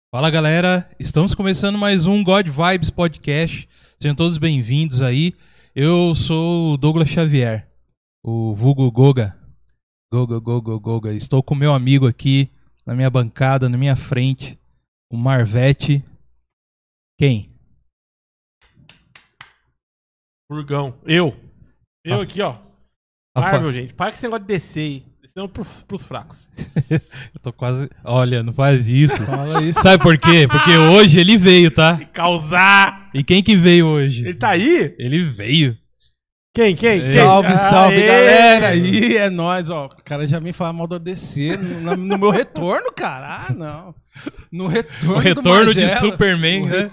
Fala galera, estamos começando mais um God Vibes Podcast. Sejam todos bem-vindos aí. Eu sou o Douglas Xavier, o vulgo Goga. Goga. Estou com meu amigo aqui na minha bancada, na minha frente, o Marvete. Quem? Burgão. Eu aqui, ó. Marvel, gente. Para com esse negócio de descer aí. Descendo pros fracos. Eu tô quase... Olha, não faz isso. Fala isso. Sabe por quê? Porque hoje ele veio, tá? E causar! E quem que veio hoje? Ele tá aí? Ele veio. Quem? Salve, galera! Aí é nóis, ó. O cara já vem falar mal do DC no meu retorno, cara. Ah, não. No retorno. O retorno do de Superman, né?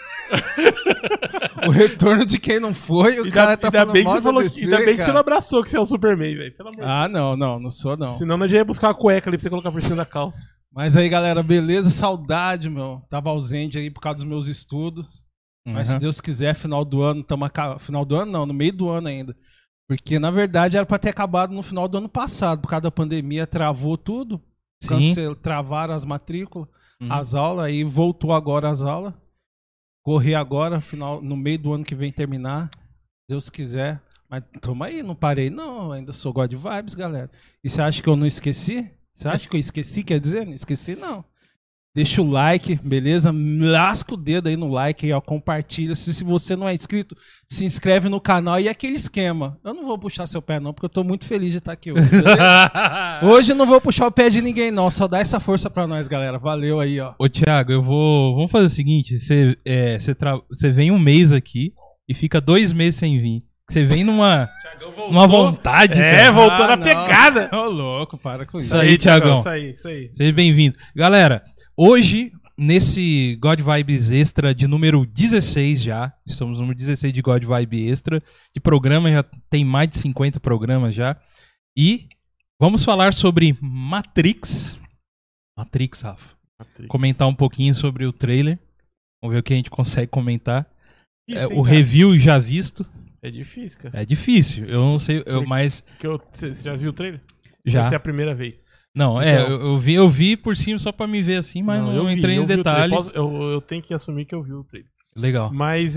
O retorno de quem não foi, o cara tá falando mal do DC, ainda bem que você não abraçou que você é o Superman, velho. Pelo amor de Deus. Ah, não sou não. Senão nós já ia buscar uma cueca ali pra você colocar por cima da calça. Mas aí, galera, beleza? Saudade, meu. Tava ausente aí por causa dos meus estudos. Mas se Deus quiser, final do ano, final do ano não, no meio do ano ainda. Porque, na verdade, era pra ter acabado no final do ano passado. Por causa da pandemia, travou tudo. Travaram as matrículas, as aulas, aí voltou agora as aulas. Correr agora, no meio do ano que vem terminar, Deus quiser. Mas tamo aí, não parei não, ainda sou God Vibes, galera. E você acha que eu não esqueci? Você acha que eu esqueci, quer dizer? Não esqueci não. Deixa o like, beleza? Lasca o dedo aí no like, aí, ó, compartilha. Se você não é inscrito, se inscreve no canal. E aquele esquema, eu não vou puxar seu pé não, porque eu tô muito feliz de estar aqui hoje. Hoje eu não vou puxar o pé de ninguém não, só dá essa força pra nós, galera. Valeu aí, ó. Ô, Thiago, vamos fazer o seguinte, você vem um mês aqui e fica 2 meses sem vir. Você vem numa vontade, cara. Voltou na pegada. Ô, louco, para com isso. Isso aí, Thiagão. Isso aí. Seja bem-vindo. Galera, hoje, nesse God Vibes Extra de número 16 já, estamos no número 16 de God Vibe Extra, de programa, já tem mais de 50 programas já, e vamos falar sobre Matrix, Rafa. Comentar um pouquinho sobre o trailer, vamos ver o que a gente consegue comentar. O review já visto. É difícil, cara. É difícil, eu não sei, mas... Você já viu o trailer? Já. Essa é a primeira vez. Não, então, eu vi por cima só pra me ver assim, mas não entrei em detalhes. Eu tenho que assumir que eu vi o trailer. Legal. Mas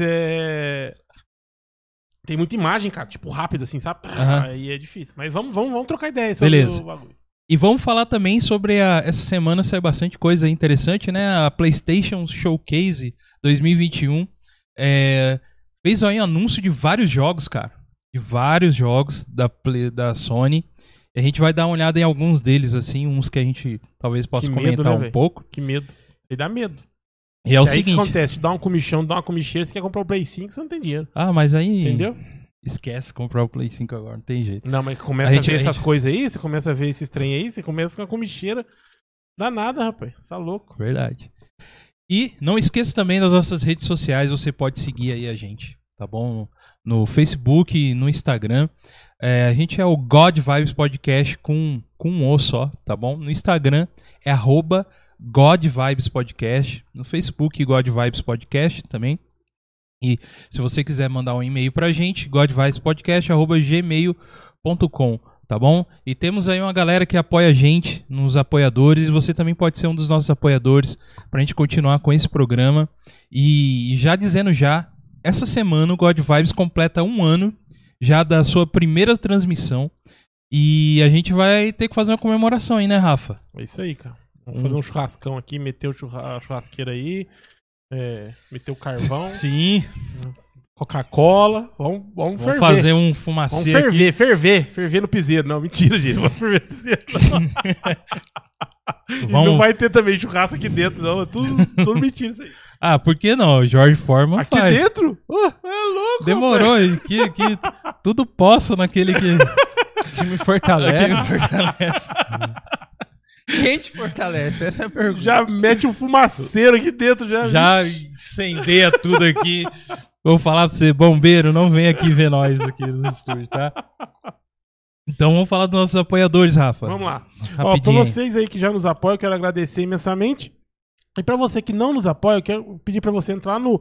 tem muita imagem, cara, tipo, rápida assim, sabe? Aí é difícil. Mas vamos trocar ideia sobre o bagulho. E vamos falar também sobre essa semana saiu bastante coisa interessante, né? A PlayStation Showcase 2021 fez aí anúncio de vários jogos, cara. De vários jogos da Sony. E a gente vai dar uma olhada em alguns deles, assim, uns que a gente talvez possa comentar um pouco. Que medo. Aí dá medo. E é o seguinte... O que acontece? Te dá um comichão, dá uma comicheira, você quer comprar o Play 5, você não tem dinheiro. Ah, mas aí... Entendeu? Esquece comprar o Play 5 agora, não tem jeito. Não, mas começa a ver essas coisas aí, você começa a ver esses trem aí, você começa com a comicheira. Dá nada, rapaz. Tá louco. Verdade. E não esqueça também das nossas redes sociais, você pode seguir aí a gente, tá bom? No Facebook e no Instagram. A gente é o God Vibes Podcast com um O só, tá bom? No Instagram é @God Vibes Podcast. No Facebook, God Vibes Podcast também. E se você quiser mandar um e-mail pra gente, godvibespodcast@gmail.com, tá bom? E temos aí uma galera que apoia a gente nos apoiadores, e você também pode ser um dos nossos apoiadores pra gente continuar com esse programa. E já dizendo essa semana o God Vibes completa 1 ano já da sua primeira transmissão, e a gente vai ter que fazer uma comemoração aí, né, Rafa? É isso aí, cara. Vamos fazer um churrascão aqui, meter a churrasqueira aí, meter o carvão. Sim. Coca-Cola. Vamos ferver. Fazer um fumacê. Vamos ferver no piseiro. Não, mentira, gente. Vamos ferver no piseiro. Não vai ter também churrasco aqui dentro, não. É tudo mentira isso aí. Ah, por que não? O Jorge Foreman aqui faz. Dentro? É louco, demorou. Que tudo posso naquele que me fortalece. Quem te fortalece? Essa é a pergunta. Já mete um fumaceiro aqui dentro. Já incendeia tudo aqui. Vou falar pra você, bombeiro, não vem aqui ver nós aqui no estúdio, tá? Então vamos falar dos nossos apoiadores, Rafa. Vamos lá. Ó, pra vocês aí que já nos apoiam, eu quero agradecer imensamente. E pra você que não nos apoia, eu quero pedir pra você entrar no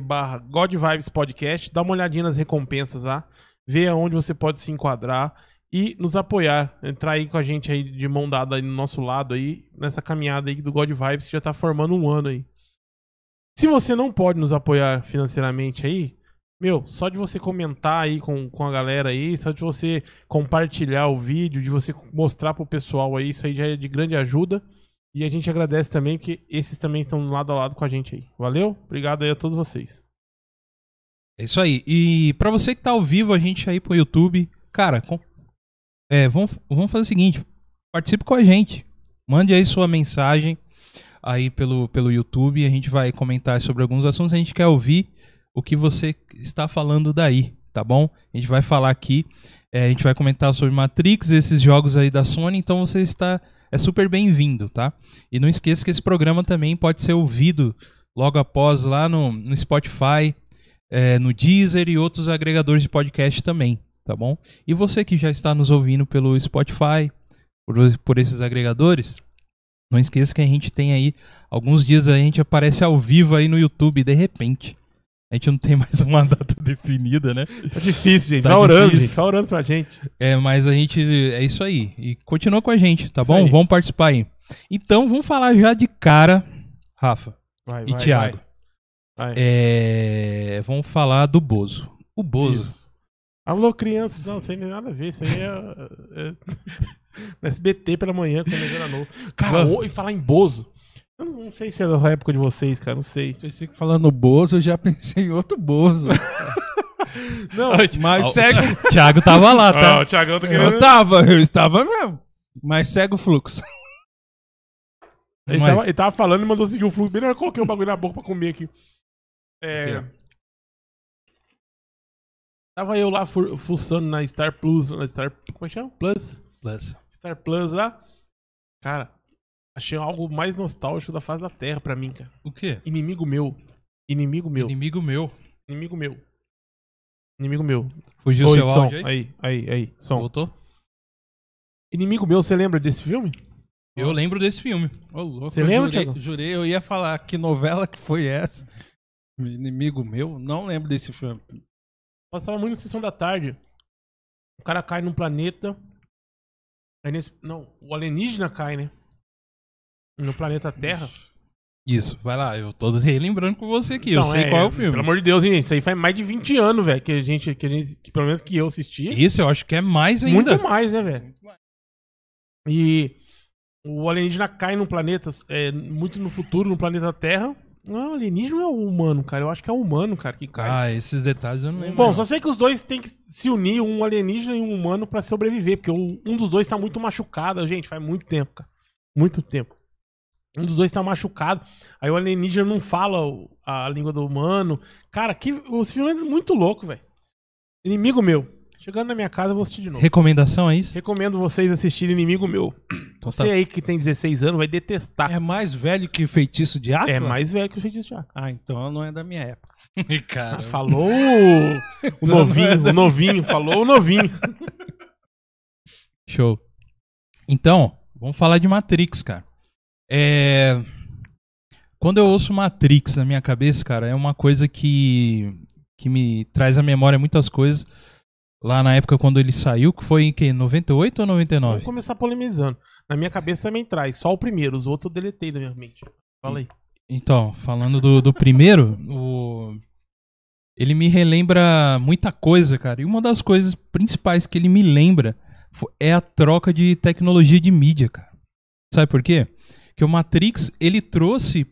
apoia.se/GodVibesPodcast, dá uma olhadinha nas recompensas lá, ver aonde você pode se enquadrar e nos apoiar. Entrar aí com a gente aí de mão dada aí no nosso lado aí, nessa caminhada aí do God Vibes, que já tá formando um ano aí. Se você não pode nos apoiar financeiramente aí, só de você comentar aí com a galera aí, só de você compartilhar o vídeo, de você mostrar pro pessoal aí, isso aí já é de grande ajuda. E a gente agradece também, porque esses também estão lado a lado com a gente aí. Valeu? Obrigado aí a todos vocês. É isso aí. E pra você que tá ao vivo, a gente aí pro YouTube, cara, vamos fazer o seguinte, participe com a gente. Mande aí sua mensagem aí pelo YouTube, a gente vai comentar sobre alguns assuntos, a gente quer ouvir o que você está falando daí, tá bom? A gente vai falar aqui, a gente vai comentar sobre Matrix, esses jogos aí da Sony, então você é super bem-vindo, tá? E não esqueça que esse programa também pode ser ouvido logo após lá no Spotify, no Deezer e outros agregadores de podcast também, tá bom? E você que já está nos ouvindo pelo Spotify, por esses agregadores, não esqueça que a gente tem aí, alguns dias a gente aparece ao vivo aí no YouTube, de repente. A gente não tem mais uma data definida, né? Tá difícil, gente. Tá orando, gente. Tá orando pra gente. Mas a gente... É isso aí. E continua com a gente, tá Isso bom? aí. Vamos participar aí. Então, vamos falar já de cara, Rafa e Thiago. Vai. Vamos falar do Bozo. O Bozo. Isso. Alô, crianças. Não tem nada a ver. Isso aí é no SBT pela manhã, quando eu novo. Cara, e falar em Bozo. Eu não sei se é da época de vocês, cara. Não sei. Vocês ficam falando Bozo, eu já pensei em outro Bozo. Não, mas segue. O Thiago tava lá, tá? O Thiagão tá querendo... Eu estava mesmo. Mas segue o fluxo. Ele tava falando e mandou seguir o fluxo. Bem, eu coloquei um bagulho na boca pra comer aqui. Tava eu lá fuçando na Star Plus. Como é que chama? Plus. Star Plus lá. Cara, achei algo mais nostálgico da face da Terra pra mim, cara. O quê? Inimigo meu. Fugiu Oi, seu som. áudio aí? Aí. Som. Voltou? Inimigo meu, você lembra desse filme? Eu lembro desse filme. Você lembra, Thiago? Jurei, eu ia falar que novela que foi essa. Inimigo meu? Não lembro desse filme. Passava muito na sessão da tarde. O cara cai num planeta. O alienígena cai, né? No planeta Terra. Isso, vai lá. Eu tô relembrando com você aqui. Eu sei qual é o filme. Pelo amor de Deus, hein, gente. Isso aí faz mais de 20 anos, velho. Que pelo menos que eu assisti. Isso, eu acho que é mais ainda. Muito mais, né, velho? E o alienígena cai num planeta, muito no futuro, no planeta Terra. Não, alienígena não é o humano, cara. Eu acho que é o humano, cara, que cai. Ah, esses detalhes eu não lembro. Bom, só sei que os dois têm que se unir, um alienígena e um humano, pra sobreviver. Porque um dos dois tá muito machucado. Gente, faz muito tempo, cara. Muito tempo. Um dos dois tá machucado. Aí o alienígena não fala a língua do humano. Cara, os filmes é muito louco, velho. Inimigo meu. Chegando na minha casa, eu vou assistir de novo. Recomendação é isso? Recomendo vocês assistirem Inimigo Meu. Então Você aí que tem 16 anos vai detestar. É mais velho que Feitiço de Áquila? É mais velho que o Feitiço de Áquila. Ah, então não é da minha época. Cara, falou o novinho. Falou o novinho. Show. Então, vamos falar de Matrix, cara. Quando eu ouço Matrix na minha cabeça, cara, é uma coisa que me traz à memória muitas coisas. Lá na época quando ele saiu, que foi em que? 98 ou 99? Vamos começar polemizando. Na minha cabeça também traz. Só o primeiro, os outros eu deletei da minha mente. Fala aí. Então, falando do primeiro, ele me relembra muita coisa, cara. E uma das coisas principais que ele me lembra é a troca de tecnologia de mídia, cara. Sabe por quê? Que o Matrix, ele trouxe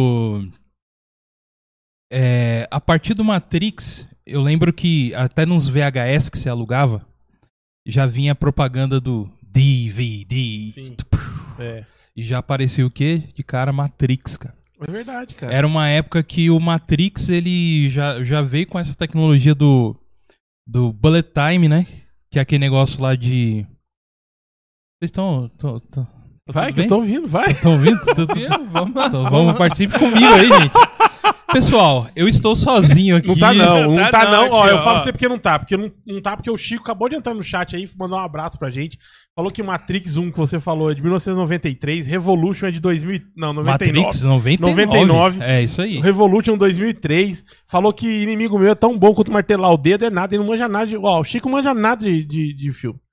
a partir do Matrix, eu lembro que até nos VHS que você alugava, já vinha propaganda do DVD. Sim. E já apareceu o quê? De cara, Matrix, cara. É verdade, cara. Era uma época que o Matrix, ele já veio com essa tecnologia do bullet time, né? Que é aquele negócio lá de... Vocês estão... Vai, que eu tô ouvindo, vai. Estão ouvindo? Então, vamos participar comigo aí, gente. Pessoal, eu estou sozinho aqui. Não tá não. Ó, aqui, eu falo pra você porque não tá. Porque não tá porque o Chico acabou de entrar no chat aí, mandou um abraço pra gente. Falou que Matrix 1 que você falou é de 1993, Revolution é de 2000, não, 99. Matrix 99. É isso aí. Revolution 2003. Falou que Inimigo Meu é tão bom quanto martelar o dedo, é nada, ele não manja nada de... Ó, o Chico manja nada de filme.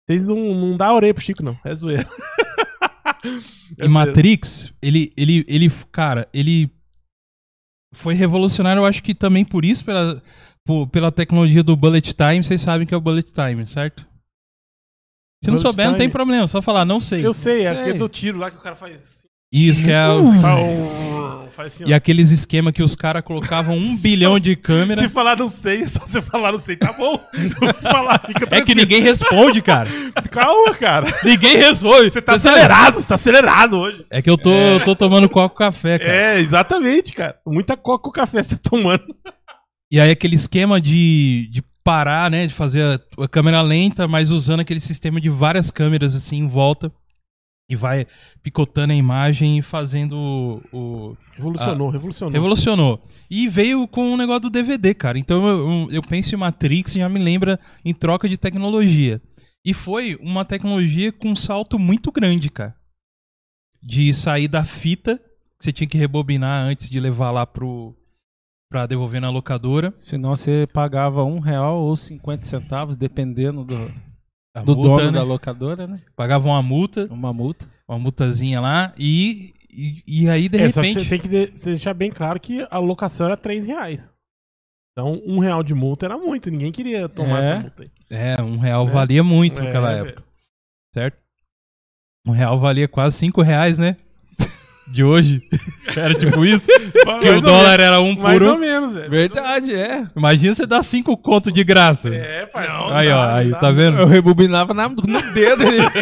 Vocês não dá orelha pro Chico, não. É zoeira. E Matrix, cara, ele foi revolucionário, eu acho que também por isso, pela tecnologia do Bullet Time. Vocês sabem que é o Bullet Time, certo? Se não souber, não tem problema, só falar, não sei. Eu sei, é aquele do tiro lá que o cara faz... Isso, que é faz assim, e aqueles esquemas que os caras colocavam 1 bilhão de câmeras. Se falar não sei, é só você falar não sei, tá bom. Falar, fica é que ninguém responde, cara. Calma, cara. Ninguém responde. Você tá acelerado, você tá acelerado hoje. É que eu tô tomando coca com café, cara. É, exatamente, cara. Muita coca com café você tá tomando. E aí aquele esquema de parar, né, de fazer a câmera lenta, mas usando aquele sistema de várias câmeras assim em volta. E vai picotando a imagem e fazendo Revolucionou. E veio com o negócio do DVD, cara. Então eu penso em Matrix e já me lembra em troca de tecnologia. E foi uma tecnologia com um salto muito grande, cara. De sair da fita, que você tinha que rebobinar antes de levar lá pra devolver na locadora. Senão você pagava R$1 ou 50 centavos, dependendo do multa, dono, né? Da locadora, né? Pagava uma multa. Uma multazinha lá e aí, de repente... Só que você tem que deixar bem claro que a locação era R$3. Então, R$1 de multa era muito. Ninguém queria tomar essa multa aí. R$1 valia muito naquela época. Certo? R$1 valia quase R$5, né? De hoje. Era tipo isso? Que o dólar era 1 por 1. Mais ou menos, velho. Verdade, é. Imagina você dar 5 conto de graça. Pai. Aí, tá vendo? Eu rebobinava no dedo.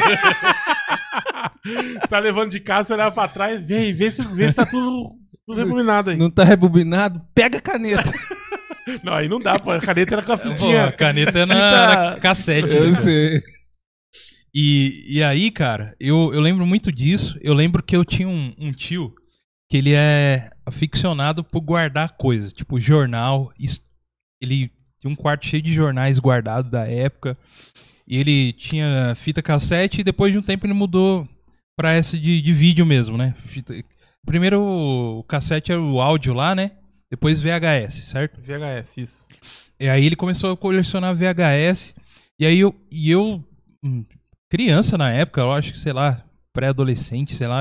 Você tá levando de casa, você olhava pra trás, vê se tá tudo rebobinado aí. Não tá rebobinado? Pega a caneta. Não, aí não dá, pô. A caneta era com a fitinha. A caneta é na cassete. Eu sei. E aí, cara, eu lembro muito disso. Eu lembro que eu tinha um tio que ele é aficionado por guardar coisas, tipo jornal. Ele tinha um quarto cheio de jornais guardados da época. E ele tinha fita cassete e depois de um tempo ele mudou pra essa de vídeo mesmo, né? Primeiro o cassete era o áudio lá, né? Depois VHS, certo? VHS, isso. E aí ele começou a colecionar VHS. E aí eu criança na época, eu acho que, sei lá, pré-adolescente, sei lá,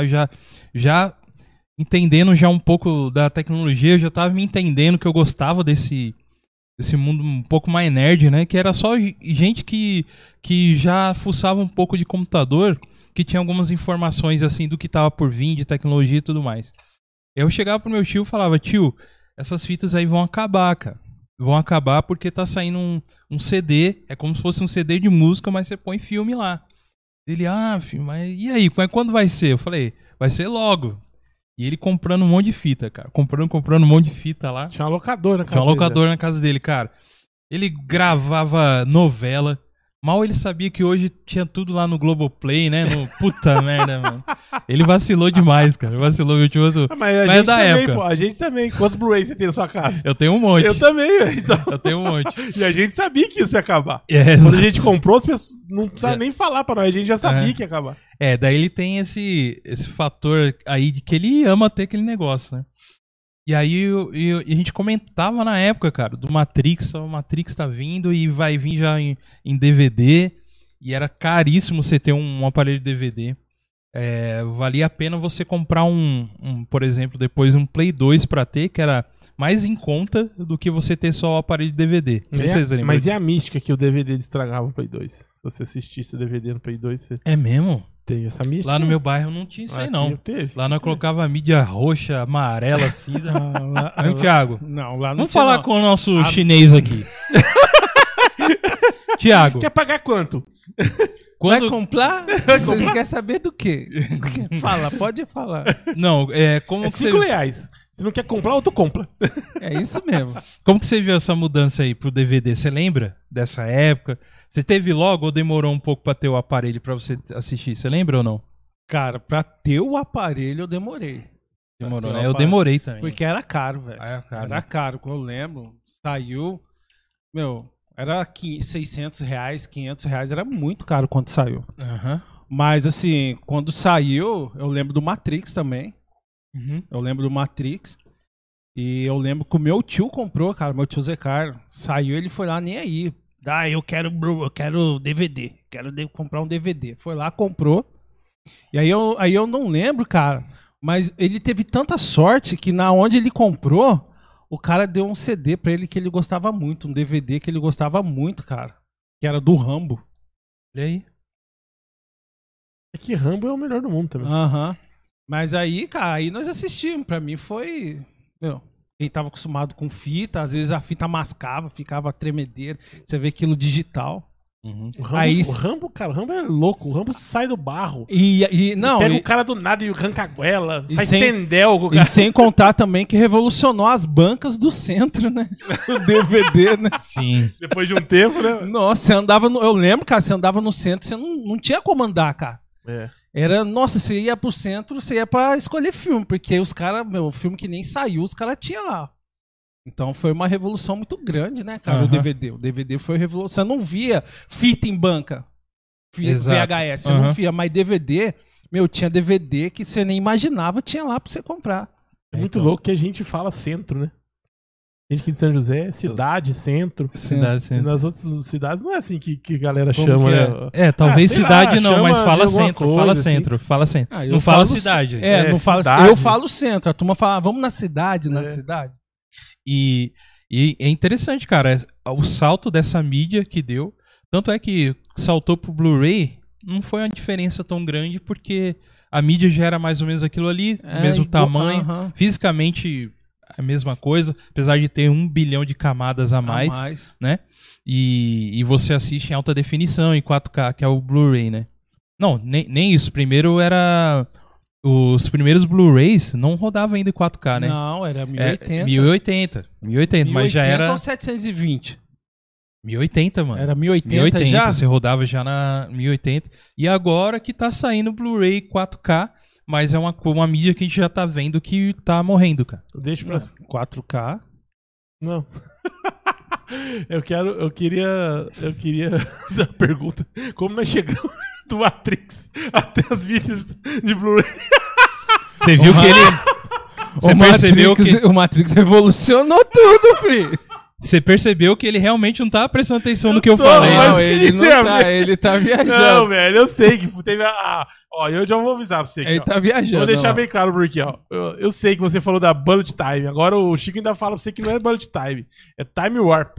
já entendendo já um pouco da tecnologia, eu já tava me entendendo que eu gostava desse mundo um pouco mais nerd, né? Que era só gente que já fuçava um pouco de computador, que tinha algumas informações assim do que tava por vir, de tecnologia e tudo mais. Eu chegava pro meu tio e falava, tio, essas fitas aí vão acabar, cara. Vão acabar porque tá saindo um CD, é como se fosse um CD de música, mas você põe filme lá. Ele, filho, mas e aí? Mas quando vai ser? Eu falei, vai ser logo. E ele comprando um monte de fita, cara. Comprando um monte de fita lá. Tinha uma locadora na casa dele. Tinha uma locadora na casa dele, cara. Ele gravava novela. Mal ele sabia que hoje tinha tudo lá no Globoplay, né? Puta merda, mano. Ele vacilou demais, cara. Vacilou, meu tio. Mas a gente da também, época. Pô, a gente também. Quantos Blu-ray você tem na sua casa? Eu tenho um monte. Eu também, então. Eu tenho um monte. E a gente sabia que isso ia acabar. Quando a gente comprou, as pessoas não precisavam nem falar pra nós. A gente já sabia que ia acabar. Daí ele tem esse fator aí de que ele ama ter aquele negócio, né? E aí a gente comentava na época, cara, do Matrix. O Matrix tá vindo e vai vir já em DVD. E era caríssimo você ter um aparelho de DVD. Valia a pena você comprar por exemplo, depois um Play 2 pra ter, que era mais em conta do que você ter só o aparelho de DVD. Mas e a mística que o DVD estragava o Play 2? Se você assistisse o DVD no Play 2, você... É mesmo? Teve essa mística. Lá no meu bairro não tinha isso aí, não. Teve. Lá nós colocava a mídia roxa, amarela, assim. Hein, Thiago? Não, lá não Vamos falar com o nosso chinês aqui. Thiago. Quer pagar quanto? Vai comprar? Vocês querem saber do quê? Fala, pode falar. Não, como que R$5. Se não quer comprar, outro compra. É isso mesmo. Como que você viu essa mudança aí pro DVD? Você lembra dessa época? Você teve logo ou demorou um pouco pra ter o aparelho pra você assistir? Você lembra ou não? Cara, pra ter o aparelho eu demorei. Demorou, né? Eu demorei também. Porque era caro, velho. Era caro. Eu lembro, saiu... Era R$600, R$500. Era muito caro quando saiu. Uhum. Mas, assim, quando saiu, eu lembro do Matrix também. Uhum. Eu lembro do Matrix. E eu lembro que o meu tio comprou, cara. Meu tio Zé Carlos. Saiu, ele foi lá nem aí. Eu quero DVD. Comprar um DVD. Foi lá, comprou. E aí eu não lembro, cara. Mas ele teve tanta sorte que na onde ele comprou, o cara deu um CD pra ele que ele gostava muito. Um DVD que ele gostava muito, cara. Que era do Rambo. E aí? É que Rambo é o melhor do mundo também. Aham. Mas aí, cara, aí nós assistimos. Pra mim foi... quem tava acostumado com fita, às vezes a fita mascava, ficava tremedeira. Você vê aquilo digital. Uhum. O Rambo, cara, o Rambo é louco. O Rambo sai do barro. Não, pega o cara do nada e arranca a goela. E Faz sem- tendel com o E cara. sem contar também que revolucionou as bancas do centro, né? O DVD, né? Sim. Depois de um tempo, né? Nossa, você andava no... Eu lembro, cara, você andava no centro, você não tinha como andar, cara. É. Nossa, você ia pro centro, você ia pra escolher filme, porque os caras, o filme que nem saiu, os caras tinham lá. Então foi uma revolução muito grande, né, cara, Aham. o DVD. O DVD foi revolução. Você não via fita em banca, Exato. VHS, você Aham. não via, mas DVD, tinha DVD que você nem imaginava, tinha lá pra você comprar. É muito Então. louco que a gente fala centro, né? A gente aqui de São José, cidade, centro. Cidade, E centro. nas outras cidades não é assim que a galera Como chama, que né? É, talvez sei lá, cidade não, chama mas de fala alguma centro, coisa, fala assim. centro, fala centro. Ah, eu Não fala falo cidade. não fala cidade. Eu falo centro, a turma fala, vamos na cidade, na cidade. E é interessante, cara, o salto dessa mídia que deu. Tanto é que saltou pro Blu-ray, não foi uma diferença tão grande, porque a mídia já era mais ou menos aquilo ali, mesmo tamanho. Aham. Fisicamente, a mesma coisa, apesar de ter 1 bilhão de camadas a mais, né? E você assiste em alta definição, em 4K, que é o Blu-ray, né? Não, nem isso. Primeiro era... Os primeiros Blu-rays não rodavam ainda em 4K, né? Não, era É, 1080. 1080, mas já era... ou 720? 1080, mano. Era 1080, 1080 já? você rodava já na 1080. E agora que tá saindo Blu-ray 4K, mas é uma mídia que a gente já tá vendo que tá morrendo, cara. Eu deixo pra... 4K. Não. Eu queria fazer uma pergunta. Como nós chegamos do Matrix até as mídias de Blu-ray? Você viu que ele... Você percebeu que... O Matrix revolucionou tudo, filho. Você percebeu que ele realmente não tava prestando atenção no que eu tô, falei. mas- Não, ele não tá, ele tá Não, viajando. velho, eu sei que teve ó, eu já vou avisar pra você aqui, Ele ó. tá viajando. Vou deixar ó. bem claro porque, ó. Eu sei que você falou da Bullet Time. Agora o Chico ainda fala pra você que não é Bullet Time. É Time Warp.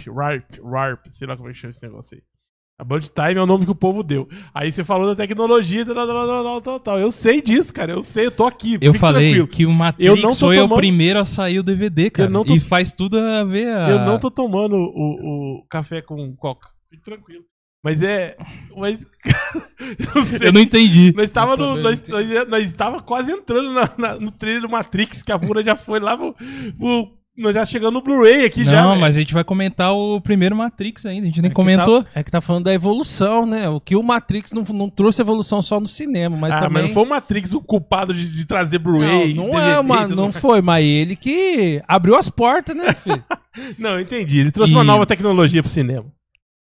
Sei lá como é que chama esse negócio aí. A Bullet Time é o nome que o povo deu. Aí você falou da tecnologia, tal. Eu sei disso, cara. Eu sei, eu tô aqui. Eu fique falei tranquilo. que o Eu não Matrix tô foi o tomando- primeiro a sair o DVD, cara. Eu não tô- E faz tudo a ver a... Eu não tô tomando o café com coca. Fique tranquilo. Mas Mas, cara, eu sei. Eu não entendi. Nós estava também nós estava quase entrando no trailer do Matrix, que a Pura já foi lá nós já chegando no Blu-ray aqui já. Não, velho. mas a gente vai comentar o primeiro Matrix ainda. A gente nem É que comentou. É que tá falando da evolução, né? O que o Matrix não trouxe evolução só no cinema, mas também... mas não foi o Matrix o culpado de trazer Blu-ray. Não, DVD, é, mano, tudo não mais. foi, mas ele que abriu as portas, né, filho? Não, eu entendi. Ele trouxe E- uma nova tecnologia pro cinema.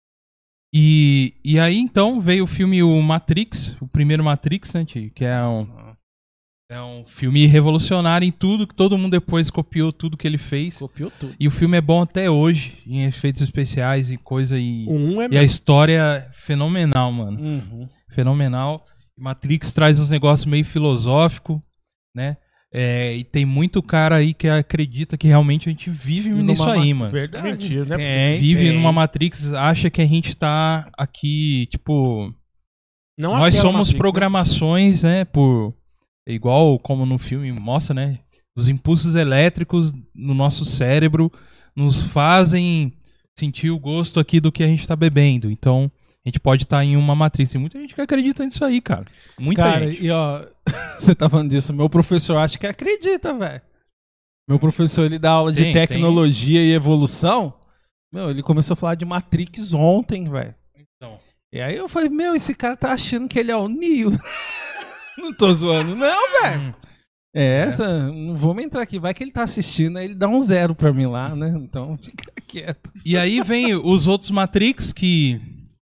E aí, então, veio o filme o Matrix, o primeiro Matrix, né, tio? Que é um filme revolucionário em tudo, que todo mundo depois copiou tudo que ele fez. Copiou tudo. E o filme é bom até hoje, em efeitos especiais e coisa. O 1 é E a história é fenomenal, mano. Uhum. Fenomenal. Matrix traz uns negócios meio filosóficos, né? E tem muito cara aí que acredita que realmente a gente vive nisso aí, mano. Verdade. Mentira, né? Vive numa Matrix, acha que a gente tá aqui, tipo... Não Nós aquela somos Matrix, né? programações, né? Igual como no filme mostra, né? Os impulsos elétricos no nosso cérebro nos fazem sentir o gosto aqui do que a gente tá bebendo. Então, a gente pode estar em uma Matrix. Tem muita gente que acredita nisso aí, cara. Muita Cara, gente. e ó, você tá falando disso, meu professor acha que acredita, velho. Meu professor, ele dá aula de Tem, tecnologia e evolução. Ele começou a falar de Matrix ontem, velho. Então. E aí eu falei, esse cara tá achando que ele é o Neo. Não tô zoando, não, velho. Não vamos entrar aqui. Vai que ele tá assistindo, aí ele dá um 0 pra mim lá, né? Então fica quieto. E aí vem os outros Matrix que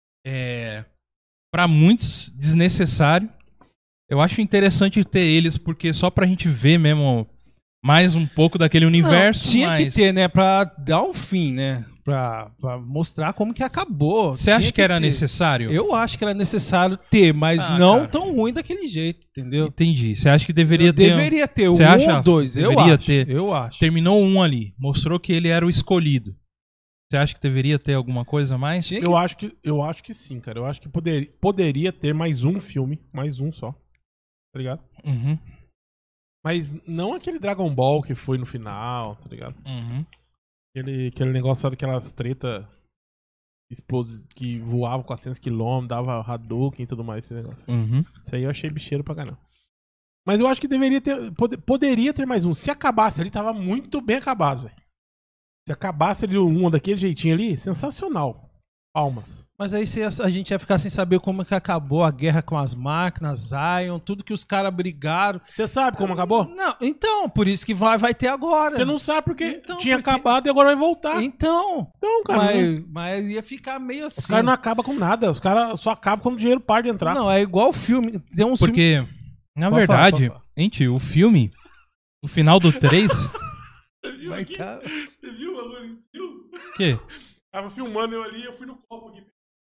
pra muitos desnecessário. Eu acho interessante ter eles porque só pra gente ver mesmo mais um pouco daquele universo. Não, tinha mas... que ter, né? Pra dar um fim, né? pra mostrar como que acabou. Você acha que era necessário? Eu acho que era necessário ter, mas não cara, tão ruim daquele jeito, entendeu? Entendi. Você acha que deveria ter... Deveria ter Você um acha? ou dois, Deveria eu acho. ter. Eu acho. Terminou um ali, mostrou que ele era o escolhido. Você acha que deveria ter alguma coisa a mais? Eu acho que sim, cara. Eu acho que poderia ter mais um filme, mais um só. Tá ligado? Uhum. Mas não aquele Dragon Ball que foi no final, tá ligado? Uhum. Aquele negócio só daquelas treta que voava 400 km, dava Hadouken e tudo mais, esse negócio. Uhum. Isso aí eu achei bicheiro pra caramba. Mas eu acho que deveria ter. Poderia ter mais um. Se acabasse ali, tava muito bem acabado, velho. Se acabasse ali um daquele jeitinho ali, sensacional. Palmas. Mas aí a gente ia ficar sem saber como que acabou a guerra com as máquinas, Zion, tudo que os caras brigaram. Você sabe como acabou? Não, então, por isso que vai ter agora. Você não sabe porque Então, tinha porque- acabado e agora vai voltar. Então, Então, cara, mas ia ficar meio assim. os caras não acabam com nada. Os caras só acabam quando o dinheiro para de entrar. Não, é igual o filme. Tem um filme. Porque, na Pode falar, verdade, pode falar. gente, o filme, no final do 3... Vai tá- Você viu o bagulho? Viu? O quê? Tava filmando eu ali e eu fui no copo aqui.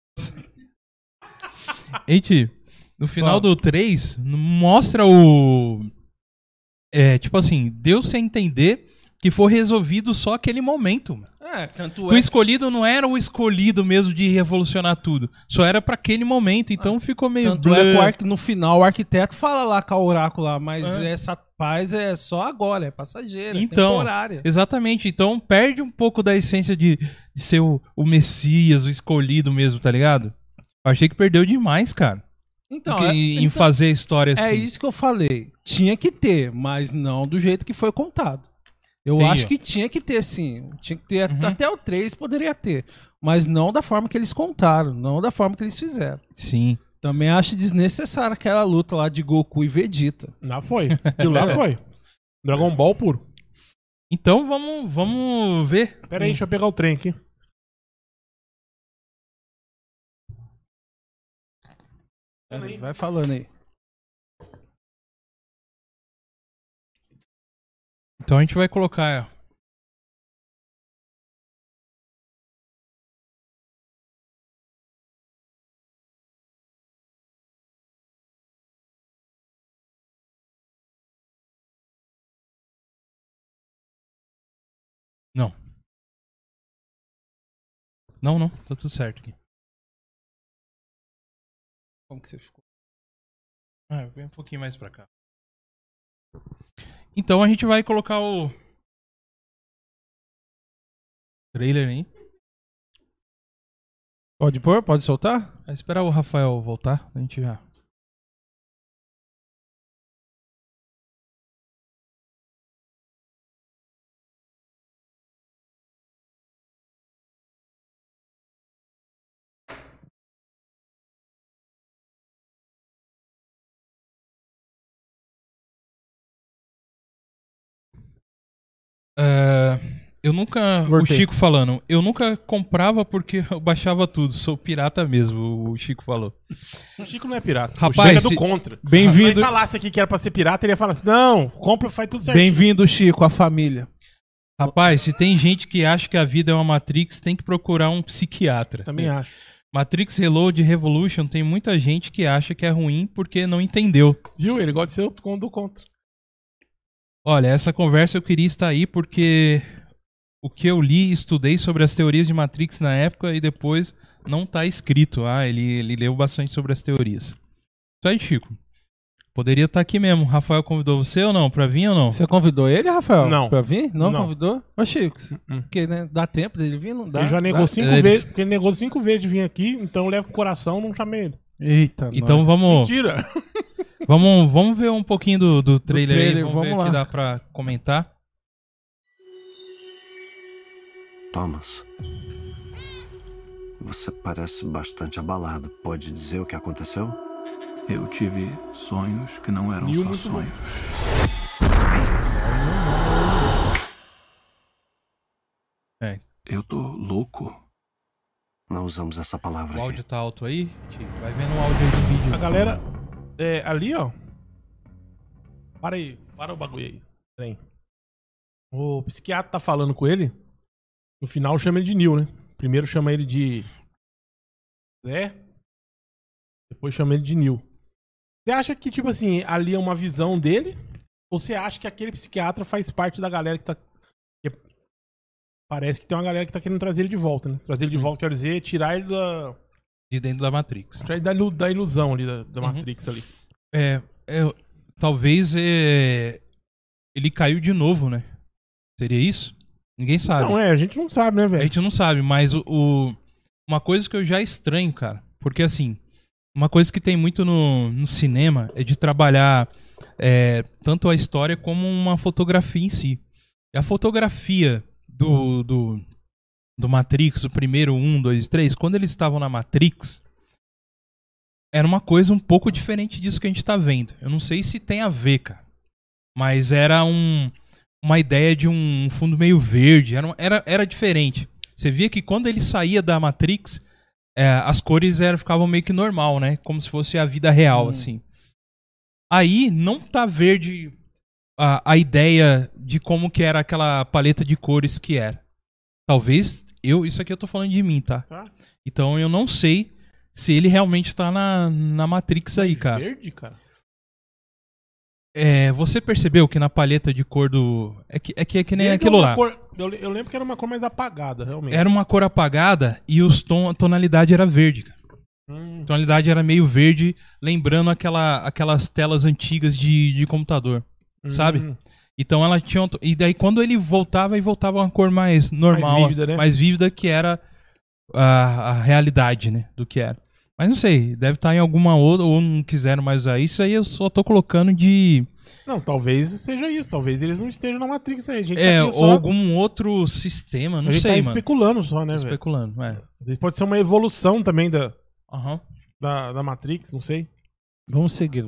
Gente, no final Fala. do 3, mostra o... tipo assim, deu-se a entender que foi resolvido só aquele momento. Tanto O escolhido não era o escolhido mesmo de revolucionar tudo. Só era pra aquele momento, então ficou meio... Tanto blã. é que no final o arquiteto fala lá com a oráculo lá, mas essa paz é só agora, é passageira, Então, temporária. exatamente. Então perde um pouco da essência de ser o Messias, o escolhido mesmo, tá ligado? Eu achei que perdeu demais, cara. Então, Em fazer a história assim. é isso que eu falei. Tinha que ter, mas não do jeito que foi contado. Eu Entendi. acho que tinha que ter, sim. Tinha que ter, Uhum. até o 3 poderia ter. Mas não da forma que eles contaram, não da forma que eles fizeram. Sim. Também acho desnecessária aquela luta lá de Goku e Vegeta. Lá foi. Aquilo lá foi. Dragon Ball puro. Então vamos ver. Pera aí, deixa eu pegar o trem aqui. Vai falando aí. Então a gente vai colocar. Não. Não, tá tudo certo aqui. Como que você ficou? Eu venho um pouquinho mais pra cá. Então a gente vai colocar o trailer aí. Pode pôr? Pode soltar? Vai esperar o Rafael voltar, a gente já. Eu nunca. Voltei. O Chico falando, eu nunca comprava porque eu baixava tudo. Sou pirata mesmo, o Chico falou. O Chico não é pirata. Rapaz, o Chico é se- do contra. Bem-vindo. Se ele falasse aqui que era pra ser pirata, ele ia falar assim: não, compra e faz tudo certo. Bem-vindo, Chico, a família. Rapaz, se tem gente que acha que a vida é uma Matrix, tem que procurar um psiquiatra. Também acho. Matrix Reload Revolution tem muita gente que acha que é ruim porque não entendeu. Viu? Ele gosta de ser o do contra. Olha, essa conversa eu queria estar aí porque o que eu li e estudei sobre as teorias de Matrix na época e depois não tá escrito. Ele leu bastante sobre as teorias. Isso aí, Chico. Poderia estar aqui mesmo. Rafael convidou você ou não? Pra vir ou não? Você convidou ele, Rafael? Não. Pra vir? Não, Não. convidou? Ô, Chico, porque né, dá tempo dele vir? Não dá? Ele já negou Dá? 5 Ele- vezes. Porque ele negou 5 vezes de vir aqui, então eu levo pro coração, não chamei ele. Eita, Então nós. vamos, Mentira! vamos ver um pouquinho do trailer, aí. trailer, Vamos ver o vamos que lá. dá pra comentar. Thomas, você parece bastante abalado. Pode dizer o que aconteceu? Eu tive sonhos que não eram Neil só muito bom. sonhos. É, Eu tô louco. Não usamos essa palavra o aqui. áudio tá alto aí. Chico, vai vendo o áudio aí do vídeo. A galera. Ali, ó. Para aí. Para o bagulho aí. Trem. O psiquiatra tá falando com ele. No final chama ele de Neo, né? Primeiro chama ele de Zé, depois chama ele de Neo. Você acha que, tipo assim, ali é uma visão dele? Ou você acha que aquele psiquiatra faz parte da galera que tá... Parece que tem uma galera que tá querendo trazer ele de volta, né? Trazer ele de volta, quer dizer, tirar ele da... De dentro da Matrix. Tirar ele da ilusão ali, da Matrix ali. Talvez ele caiu de novo, né? Seria isso? Ninguém sabe. Não, a gente não sabe, né, A velho? gente não sabe, mas uma coisa que eu já estranho, cara, porque assim, uma coisa que tem muito no cinema é de trabalhar tanto a história como uma fotografia em si. E a fotografia do Matrix, o primeiro 1, 2, 3, quando eles estavam na Matrix, era uma coisa um pouco diferente disso que a gente tá vendo. Eu não sei se tem a ver, cara, mas era uma ideia de um fundo meio verde, era diferente. Você via que quando ele saía da Matrix, as cores ficavam meio que normal, né? Como se fosse a vida real, assim. Aí não tá verde a ideia de como que era aquela paleta de cores que era. Talvez, isso aqui eu tô falando de mim, tá? Então eu não sei se ele realmente tá na Matrix aí, cara. Verde, cara? Você percebeu que na paleta de cor do... É que nem Verde aquilo lá. Eu lembro que era uma cor mais apagada, realmente. Era uma cor apagada e a tonalidade era verde, cara. A tonalidade era meio verde, lembrando aquelas telas antigas de computador, sabe? Então ela tinha... E daí quando ele voltava uma cor mais normal, mais vívida, né? Mais vívida, que era a realidade, né? Do que era. Mas não sei, deve estar em alguma outra, ou não quiseram mais usar isso, aí eu só tô colocando de... Não, talvez seja isso, talvez eles não estejam na Matrix aí. A gente ou só... algum outro sistema, não a gente sei, tá mano. especulando só, né, velho? Especulando, Pode ser uma evolução também da Aham. Matrix, não sei. Vamos seguindo.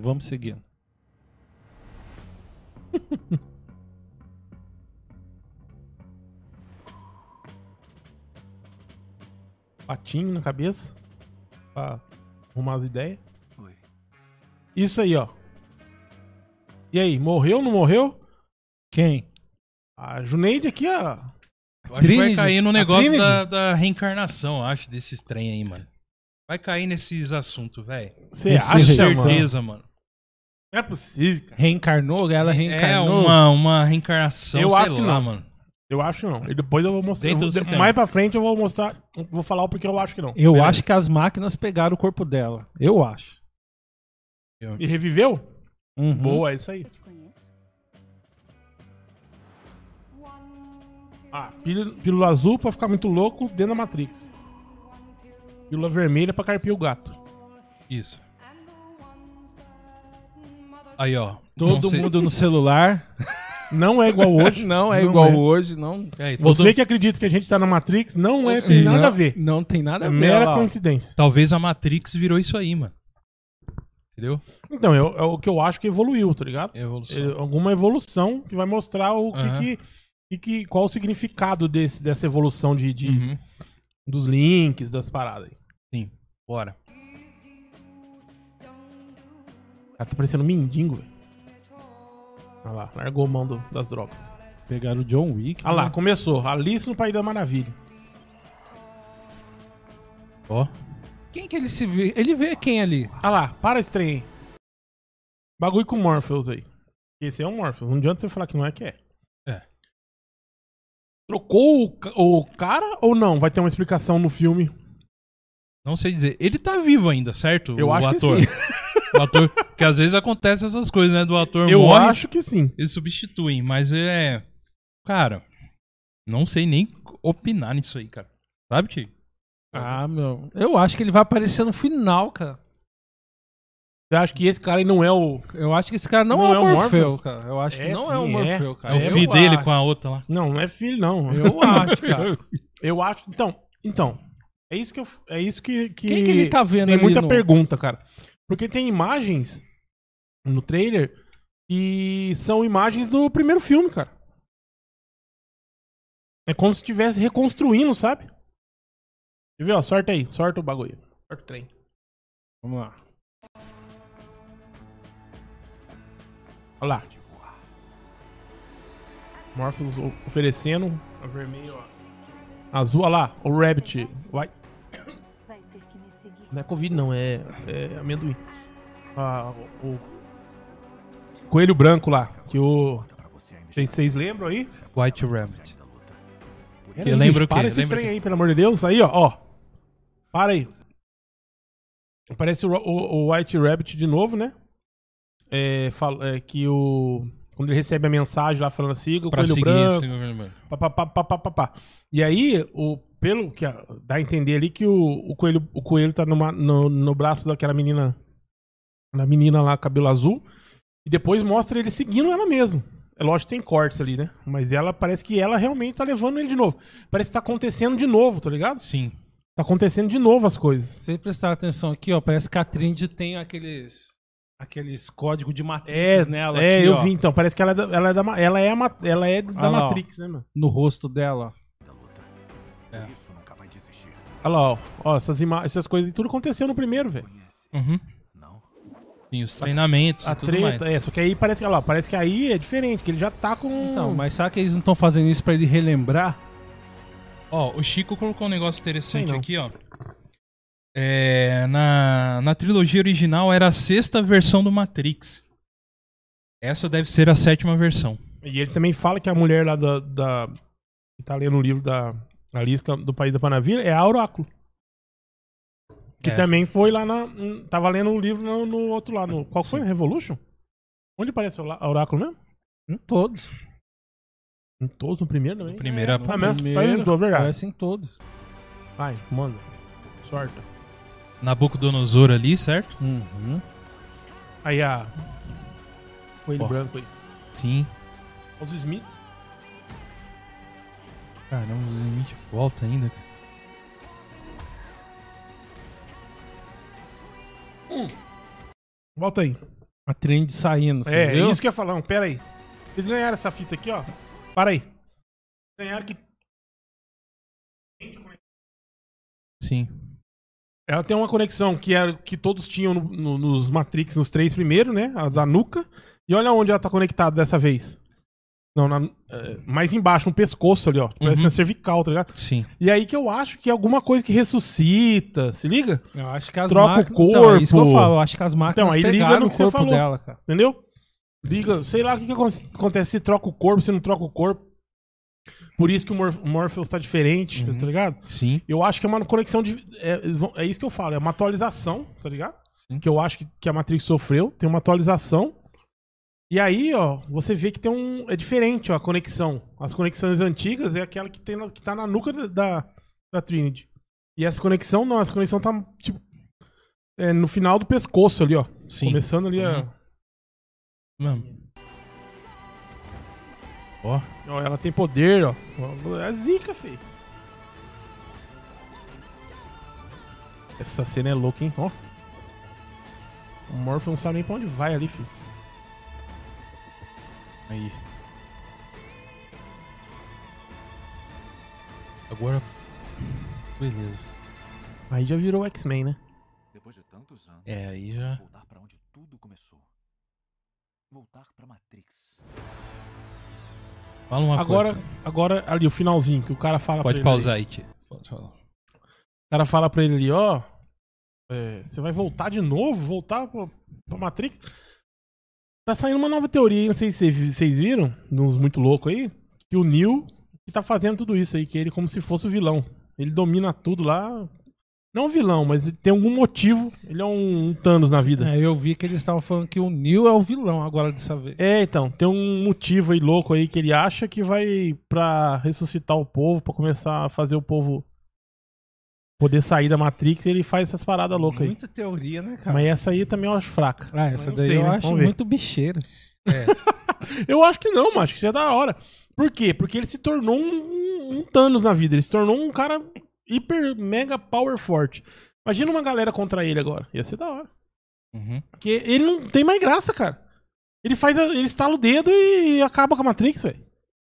Patinho na cabeça. Pra arrumar as ideias. Oi. Isso aí, ó. E aí, morreu ou não morreu? Quem? A Juneide aqui, ó. Eu acho que vai Trinity? cair no A negócio Trinity? da reencarnação, eu acho, desses trem aí, mano. Vai cair nesses assuntos, velho. Você Ressurreição. acha, mano? Certeza, mano. Não é possível, cara. Reencarnou? Ela reencarnou? Uma reencarnação, Eu sei acho que lá, não. mano. Eu acho que não. E depois eu vou mostrar. Dentro do sistema. Mais pra frente eu vou mostrar. Vou falar o porquê eu acho que não. Eu Beleza. acho que as máquinas pegaram o corpo dela. Eu acho. E reviveu? Uhum. Boa, é isso aí. Pílula azul pra ficar muito louco dentro da Matrix. Pílula vermelha pra carpir o gato. Isso. Aí, ó. Todo mundo no celular. Não é igual hoje. Não é igual hoje, não. Você que acredita que a gente tá na Matrix, não é, tem nada a ver. Não tem nada É a ver. mera ó. coincidência. Talvez a Matrix virou isso aí, mano. Entendeu? Então, é o que eu acho que evoluiu, tá ligado? Evolução. Alguma evolução que vai mostrar Aham. qual o significado dessa evolução Uhum. dos links, das paradas aí. Sim, bora. Cara, tá parecendo um mendigo, velho. Olha lá, largou mão das drogas. Pegaram o John Wick. Olha lá, né? começou. Alice no País da Maravilha. Ó. Quem que ele se vê? Ele vê quem ali? Olha lá, para esse trem aí. Bagulho com Morpheus aí. Esse é um Morpheus. Não adianta você falar que não é que é. É. Trocou o cara ou não? Vai ter uma explicação no filme. Não sei dizer. Ele tá vivo ainda, certo? Eu o acho ator. que sim. O ator. Porque às vezes acontece essas coisas, né? Do ator Eu morre, acho que sim. eles substituem. Mas cara, não sei nem opinar nisso aí, cara. Sabe, Tio? Ah, meu. Eu acho que ele vai aparecer no final, cara. Você acha que esse cara aí não é o... Eu acho que esse cara não, Não é é o o Morfeu, Morpheus? cara. Eu acho que É, não sim, é o Morfeu, cara. É o Eu filho dele acho. com a outra lá. Não, não é filho, não. Eu acho, cara. Eu acho... Então... É isso que eu... É isso que... Quem que ele tá vendo Tem ali muita no... pergunta, cara. Porque tem imagens no trailer que são imagens do primeiro filme, cara. É como se estivesse reconstruindo, sabe? Quer ver, ó? Sorta aí. Sorta o bagulho. Sorta o trem. Vamos lá. Olha lá. Morpheus oferecendo a vermelho, ó. Azul, olha lá, o Rabbit. Vai ter que me seguir. Não é Covid, não, é amendoim. O coelho branco lá, que o... Vocês lembram aí? White Rabbit. Pera Eu aí, lembro bicho, o quê? para esse Lembra trem que- aí, pelo amor de Deus. Aí, ó. Para aí. Aparece o White Rabbit de novo, né? Que o... Quando ele recebe a mensagem lá falando assim, o Pra coelho seguir. branco... seguir o coelho branco. Pá. E aí, pelo que dá a entender ali que o coelho tá no braço daquela menina. Da menina lá, cabelo azul. E depois mostra ele seguindo ela mesmo. É lógico que tem cortes ali, né? Mas ela parece que ela realmente tá levando ele de novo. Parece que tá acontecendo de novo, tá ligado? Sim. Tá acontecendo de novo as coisas. Se você prestar atenção aqui, ó, parece que a Trinity tem aqueles códigos de Matrix nela aqui, eu ó, vi então. Parece que ela é da Ah lá, ó. Matrix, né, mano? no rosto dela. Isso nunca vai desistir. Olha lá, ó. Essas coisas tudo aconteceu no primeiro, velho. Uhum. Não. Sim, os treinamentos A e tudo mais. treta, só que aí parece que aí é diferente, que ele já tá com... Então, mas será que eles não estão fazendo isso pra ele relembrar? Ó, o Chico colocou um negócio interessante Sei não. aqui, ó. Na trilogia original era a 6ª versão do Matrix. Essa deve ser a 7ª versão. E ele também fala que a mulher lá que tá lendo o livro da Lisca do País da Panavira é a Oráculo. Que É. também foi lá tava lendo o livro no outro lado. Qual foi? Revolution? Onde aparece a Oráculo mesmo? Em todos. Em todos, no primeiro também? Primeira- Ah, mesmo? Primeiro, Tá verdade. aparece em todos. Vai, manda. Sorte. Nabucodonosor ali, certo? Uhum. Aí a... Coelho Ó. branco aí. Sim. Os Smiths. Caramba, o limite volta ainda. Volta aí. A Trinity saindo, você viu? Isso que eu ia falar. Não, pera aí. Eles ganharam essa fita aqui, ó. Para aí. Ganharam que... Sim. Ela tem uma conexão que todos tinham nos Matrix, nos 3 primeiros, né? A da nuca. E olha onde ela tá conectada dessa vez. Não, mais embaixo, no pescoço ali, ó. Parece uma cervical, tá ligado? Sim. E aí que eu acho que é alguma coisa que ressuscita. Se liga? Eu acho que as Troca o máquinas... Então, é isso que eu corpo. falo. Eu acho que as máquinas Então, aí liga pegaram no o que você corpo falou. dela, cara. Entendeu? Liga, sei lá o que acontece se troca o corpo, se não troca o corpo. Por isso que o Morpheus tá diferente, tá ligado? Sim. Eu acho que é uma conexão de... É isso que eu falo, é uma atualização, tá ligado? Sim. Que eu acho que a Matrix sofreu, tem uma atualização. E aí, ó, você vê que tem é diferente, ó, a conexão. As conexões antigas é aquela que tá na nuca da Trinity. E essa conexão não, essa conexão tá, tipo, no final do pescoço ali, ó. Sim. Começando ali, Uhum. ó. Ó. Ó, ela tem poder, ó. É zica, feio. Essa cena é louca, hein? Ó. O Morpheus não sabe nem pra onde vai ali, filho. Aí. Agora. Beleza. Aí já virou X-Men, né? Depois de tantos anos, É, aí já. voltar pra onde tudo começou. Voltar pra Matrix. Fala uma coisa. Agora ali, o finalzinho, que o cara fala Pode pra ele pausar ali. aí, tia. Pode falar. O cara fala pra ele ali, ó. Você vai voltar de novo? Voltar pra Matrix? Tá saindo uma nova teoria aí, não sei se vocês viram, uns muito loucos aí, que o Neo que tá fazendo tudo isso aí, que ele como se fosse o vilão. Ele domina tudo lá. Não o vilão, mas tem algum motivo. Ele é um Thanos na vida. É, eu vi que eles estavam falando que o Neo é o vilão agora dessa vez. Então, tem um motivo aí louco aí que ele acha que vai pra ressuscitar o povo, pra começar a fazer o povo poder sair da Matrix, e ele faz essas paradas loucas aí. Muita teoria, né, cara? Mas essa aí também eu acho fraca. Ah, essa Mas daí sei, eu né? acho Vamos ver. muito bicheira. Eu acho que não, mas acho que isso é da hora. Por quê? Porque ele se tornou um Thanos na vida. Ele se tornou um cara hiper, mega power forte. Imagina uma galera contra ele agora. Ia ser da hora. Uhum. Porque ele não tem mais graça, cara. Ele estala o dedo e acaba com a Matrix, velho.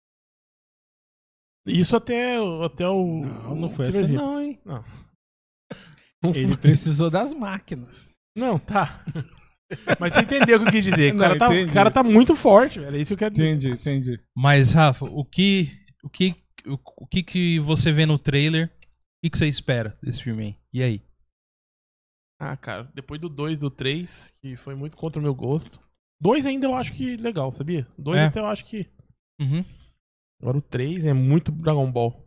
Isso até o... Não foi que assim vai vir. não, hein? Não Ele foi. precisou das máquinas. Não, tá. Mas você entendeu o que eu quis dizer. Não, O cara tá muito forte, velho. É isso que eu quero dizer. Entendi. Mas, Rafa, o que o que que você vê no trailer? O que você espera desse filme aí? E aí? Ah, cara, depois do 2, do 3, que foi muito contra o meu gosto. 2 ainda eu acho que legal, sabia? 2 até eu acho que... Uhum. Agora o 3 é muito Dragon Ball.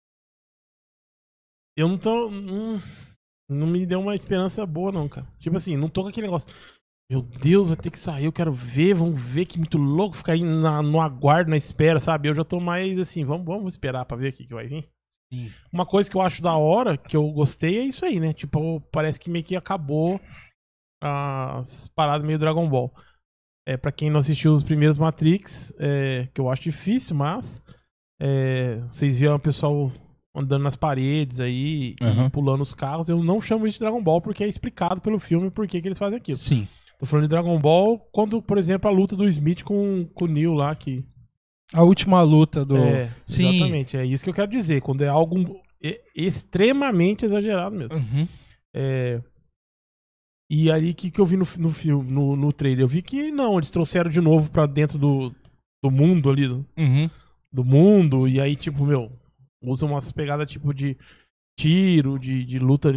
Eu não tô... Não me deu uma esperança boa, não, cara. Tipo assim, não tô com aquele negócio... Meu Deus, vai ter que sair, eu quero ver, vamos ver, que muito louco ficar aí no aguardo, na espera, sabe? Eu já tô mais assim, vamos esperar pra ver o que vai vir. Sim. Uma coisa que eu acho da hora, que eu gostei, é isso aí, né? Tipo, parece que meio que acabou as paradas meio Dragon Ball. Pra quem não assistiu os primeiros Matrix, que eu acho difícil, mas vocês viram o pessoal andando nas paredes aí, e pulando os carros. Eu não chamo isso de Dragon Ball porque é explicado pelo filme por que eles fazem aquilo. Sim. Tô falando de Dragon Ball quando, por exemplo, a luta do Smith com o Neo lá, que... A última luta do... Sim. Exatamente, é isso que eu quero dizer. Quando é algo extremamente exagerado mesmo. Uhum. E aí, o que eu vi no filme, no trailer? Eu vi que não, eles trouxeram de novo pra dentro do mundo ali, do mundo, e aí, tipo, usam umas pegadas tipo de tiro, de luta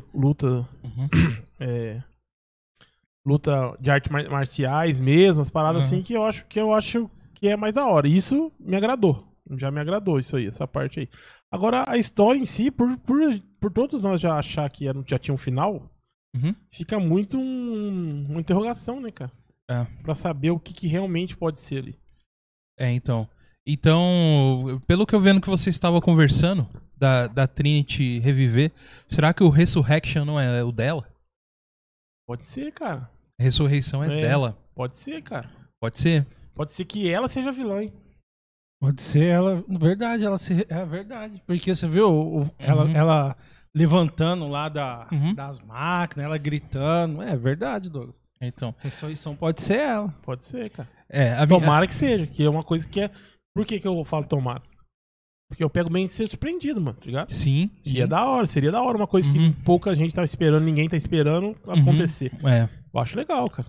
luta de artes marciais mesmo, as paradas assim que eu acho que é mais da hora. E isso me agradou. Já me agradou isso aí, essa parte aí. Agora, a história em si, por todos nós já achar que já tinha um final, fica muito uma interrogação, né, cara? Pra saber o que realmente pode ser ali. Então, pelo que eu vendo que você estava conversando, da Trinity reviver, será que o Resurrection não é o dela? Pode ser, cara. A ressurreição é dela. Pode ser, cara. Pode ser? Pode ser que ela seja vilã, hein? Pode ser ela... Verdade, é verdade. Porque você viu ela levantando lá das máquinas, ela gritando. É verdade, Douglas. Então. A ressurreição pode ser ela. Pode ser, cara. Tomara que seja, que é uma coisa que é... Por que eu falo tomara? Porque eu pego bem ser surpreendido, mano, tá ligado? Sim. E é da hora, seria da hora uma coisa que pouca gente tava esperando, ninguém tá esperando acontecer. Eu acho legal, cara.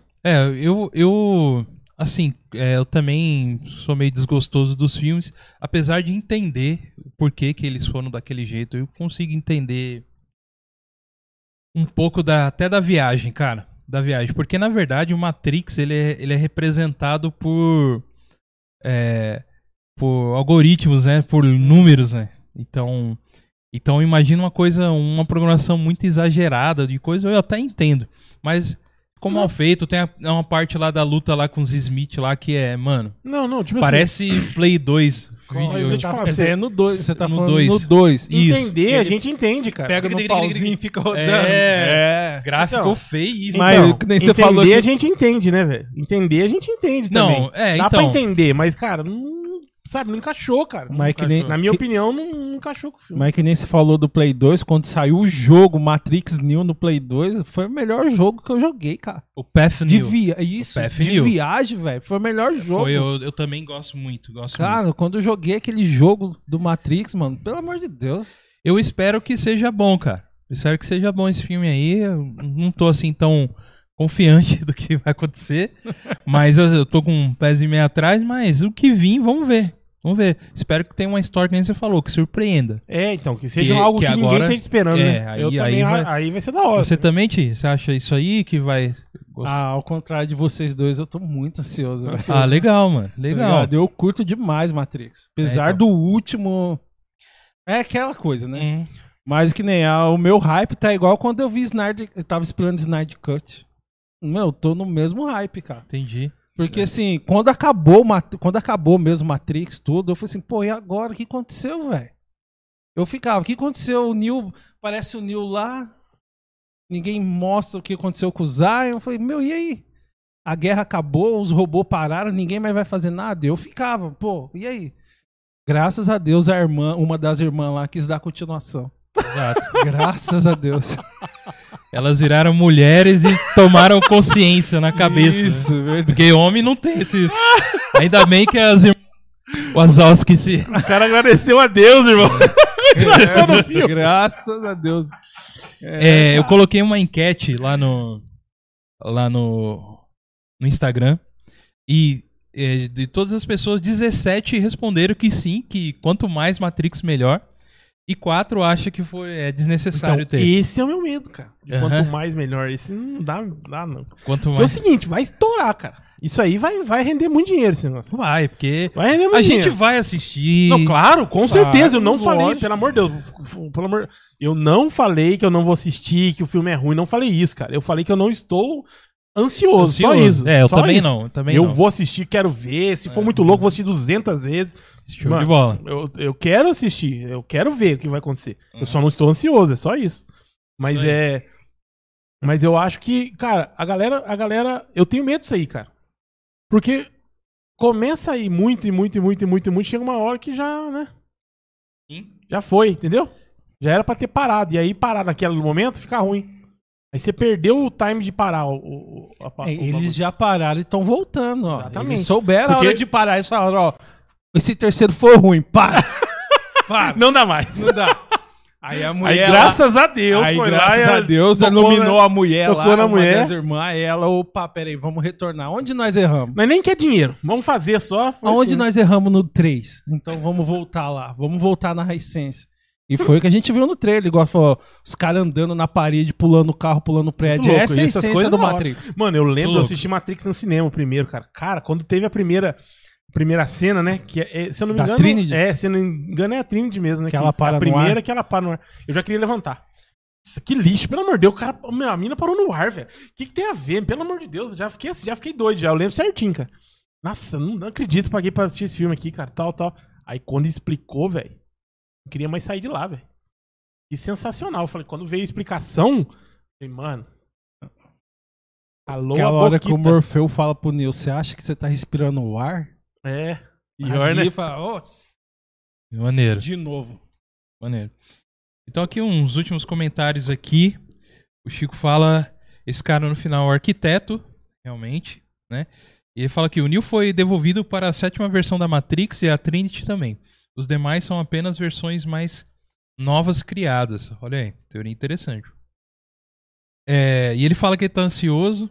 Eu também sou meio desgostoso dos filmes, apesar de entender o porquê que eles foram daquele jeito. Eu consigo entender um pouco até da viagem, cara. Da viagem. Porque, na verdade, o Matrix ele é representado por algoritmos, né? Por números, né? Então imagina uma programação muito exagerada de coisa, eu até entendo. Mas, como mal feito, tem uma parte lá da luta lá com os Smith lá que mano... tipo parece assim... Play 2. Você é no 2, você tá falando dois. no 2. Entender, a gente entende, cara. Pega no pauzinho e fica rodando. Gráfico feio. Mas nem você falou a gente entende, né, velho? Entender, a gente entende também. Dá pra entender, mas, cara, não encaixou, cara. Na minha opinião, não encaixou com o filme. Mas que nem você falou do Play 2, quando saiu o jogo Matrix Neo no Play 2, foi o melhor jogo que eu joguei, cara. O Path Neo. De viagem, velho. Foi o melhor jogo. Eu também gosto muito. Cara, quando eu joguei aquele jogo do Matrix, mano, pelo amor de Deus. Eu espero que seja bom, cara. Eu espero que seja bom esse filme aí. Eu não tô assim tão confiante do que vai acontecer. Mas eu tô com um pezinho meio atrás, mas o que vir, vamos ver. Espero que tenha uma história que nem você falou, que surpreenda. Então, que seja algo que ninguém tá esperando, né? Aí vai ser da hora. Você também, Ti? Você acha isso aí que vai... Ao contrário de vocês dois, eu tô muito ansioso. Legal, mano. Legal. Eu curto demais Matrix. Apesar do último... É aquela coisa, né? Mas que nem o meu hype tá igual quando eu vi Snyder... Eu tava esperando Snyder Cut. Eu tô no mesmo hype, cara. Entendi. Porque assim, quando acabou mesmo Matrix, tudo, eu falei assim, pô, e agora? O que aconteceu, velho? Eu ficava, o que aconteceu? O Neo, parece o Neo lá, ninguém mostra o que aconteceu com o Zion. Eu falei, e aí? A guerra acabou, os robôs pararam, ninguém mais vai fazer nada. Eu ficava, pô, e aí? Graças a Deus, uma das irmãs lá quis dar continuação. Exato. Graças a Deus. Elas viraram mulheres e tomaram consciência na cabeça. Isso, verdade. Porque homem não tem esse... Ainda bem que as irmãs... Wazowski se... O cara agradeceu a Deus, irmão. Graças a Deus. Eu coloquei uma enquete lá no Instagram. E de todas as pessoas, 17 responderam que sim, que quanto mais Matrix, melhor. E 4 acha que é desnecessário Então, ter. esse é o meu medo, cara. De Aham. quanto mais, melhor. Esse não dá não. Quanto Então é o mais... seguinte, vai estourar, cara. Isso aí vai render muito dinheiro, esse negócio. Vai, porque Vai render muito a dinheiro. gente vai assistir. Não, claro, com certeza. Eu não lógico. falei, pelo amor de Deus. Eu não falei que eu não vou assistir, que o filme é ruim. Não falei isso, cara. Eu falei que eu não estou ansioso. Só isso. É, eu só também isso. não. Também Eu não. vou assistir, quero ver. Se for muito louco, vou assistir 200 vezes. Show Mano, de bola. Eu quero assistir. Eu quero ver o que vai acontecer. Eu só não estou ansioso, é só isso. Mas Isso aí. Mas eu acho que, cara, a galera. Eu tenho medo disso aí, cara. Porque começa aí muito, chega uma hora que já, né? Sim. Já foi, entendeu? Já era pra ter parado. E aí parar naquele momento fica ruim. Aí você perdeu o time de parar o bagulho. Eles já pararam e estão voltando, ó. Exatamente. Eles souberam Porque- a hora de parar. Eles falaram, ó, esse terceiro foi ruim, para. Para. Não dá mais. Não dá. Aí a Aí, mulher... graças a Deus, Aí, foi graças lá e a Deus, tocou iluminou a mulher tocou lá, na uma mulher. das irmãs, ela, opa, peraí, vamos retornar. Onde nós erramos? Mas nem quer dinheiro. Vamos fazer só. Foi Aonde assim. nós erramos no 3? Então vamos voltar lá, vamos voltar na essência. E foi o que a gente viu no trailer, igual falou, os caras andando na parede, pulando o carro, pulando o prédio. Muito louco, Essa é a e essas essência coisas do da hora. Matrix. Mano, eu lembro, Muito eu louco. assisti Matrix no cinema primeiro, cara. Cara, quando teve a primeira cena, né? Que se eu não me Da engano. Trinity? Se eu não me engano, é a Trinity mesmo, né? Que ela para a no primeira ar. que ela para no ar. Eu já queria levantar. Que lixo, pelo amor de Deus, o cara, a mina parou no ar, velho. O que tem a ver? Pelo amor de Deus, já fiquei doido já. Eu lembro certinho, cara. Nossa, não acredito, paguei pra assistir esse filme aqui, cara, tal. Aí quando explicou, velho, não queria mais sair de lá, velho. Que sensacional. Eu falei, quando veio a explicação, eu falei, mano. Alô, Aquela a hora que o boquita. Morfeu fala pro Neo, você acha que você tá respirando o ar? É. Pior, Aí né? fala, "Ó, Maneiro. de novo. Maneiro. Então aqui uns últimos comentários aqui. O Chico fala, esse cara no final é o arquiteto, realmente, né? E ele fala que o Neo foi devolvido para a 7ª versão da Matrix e a Trinity também. Os demais são apenas versões mais novas criadas. Olha aí, teoria interessante. E ele fala que ele tá ansioso.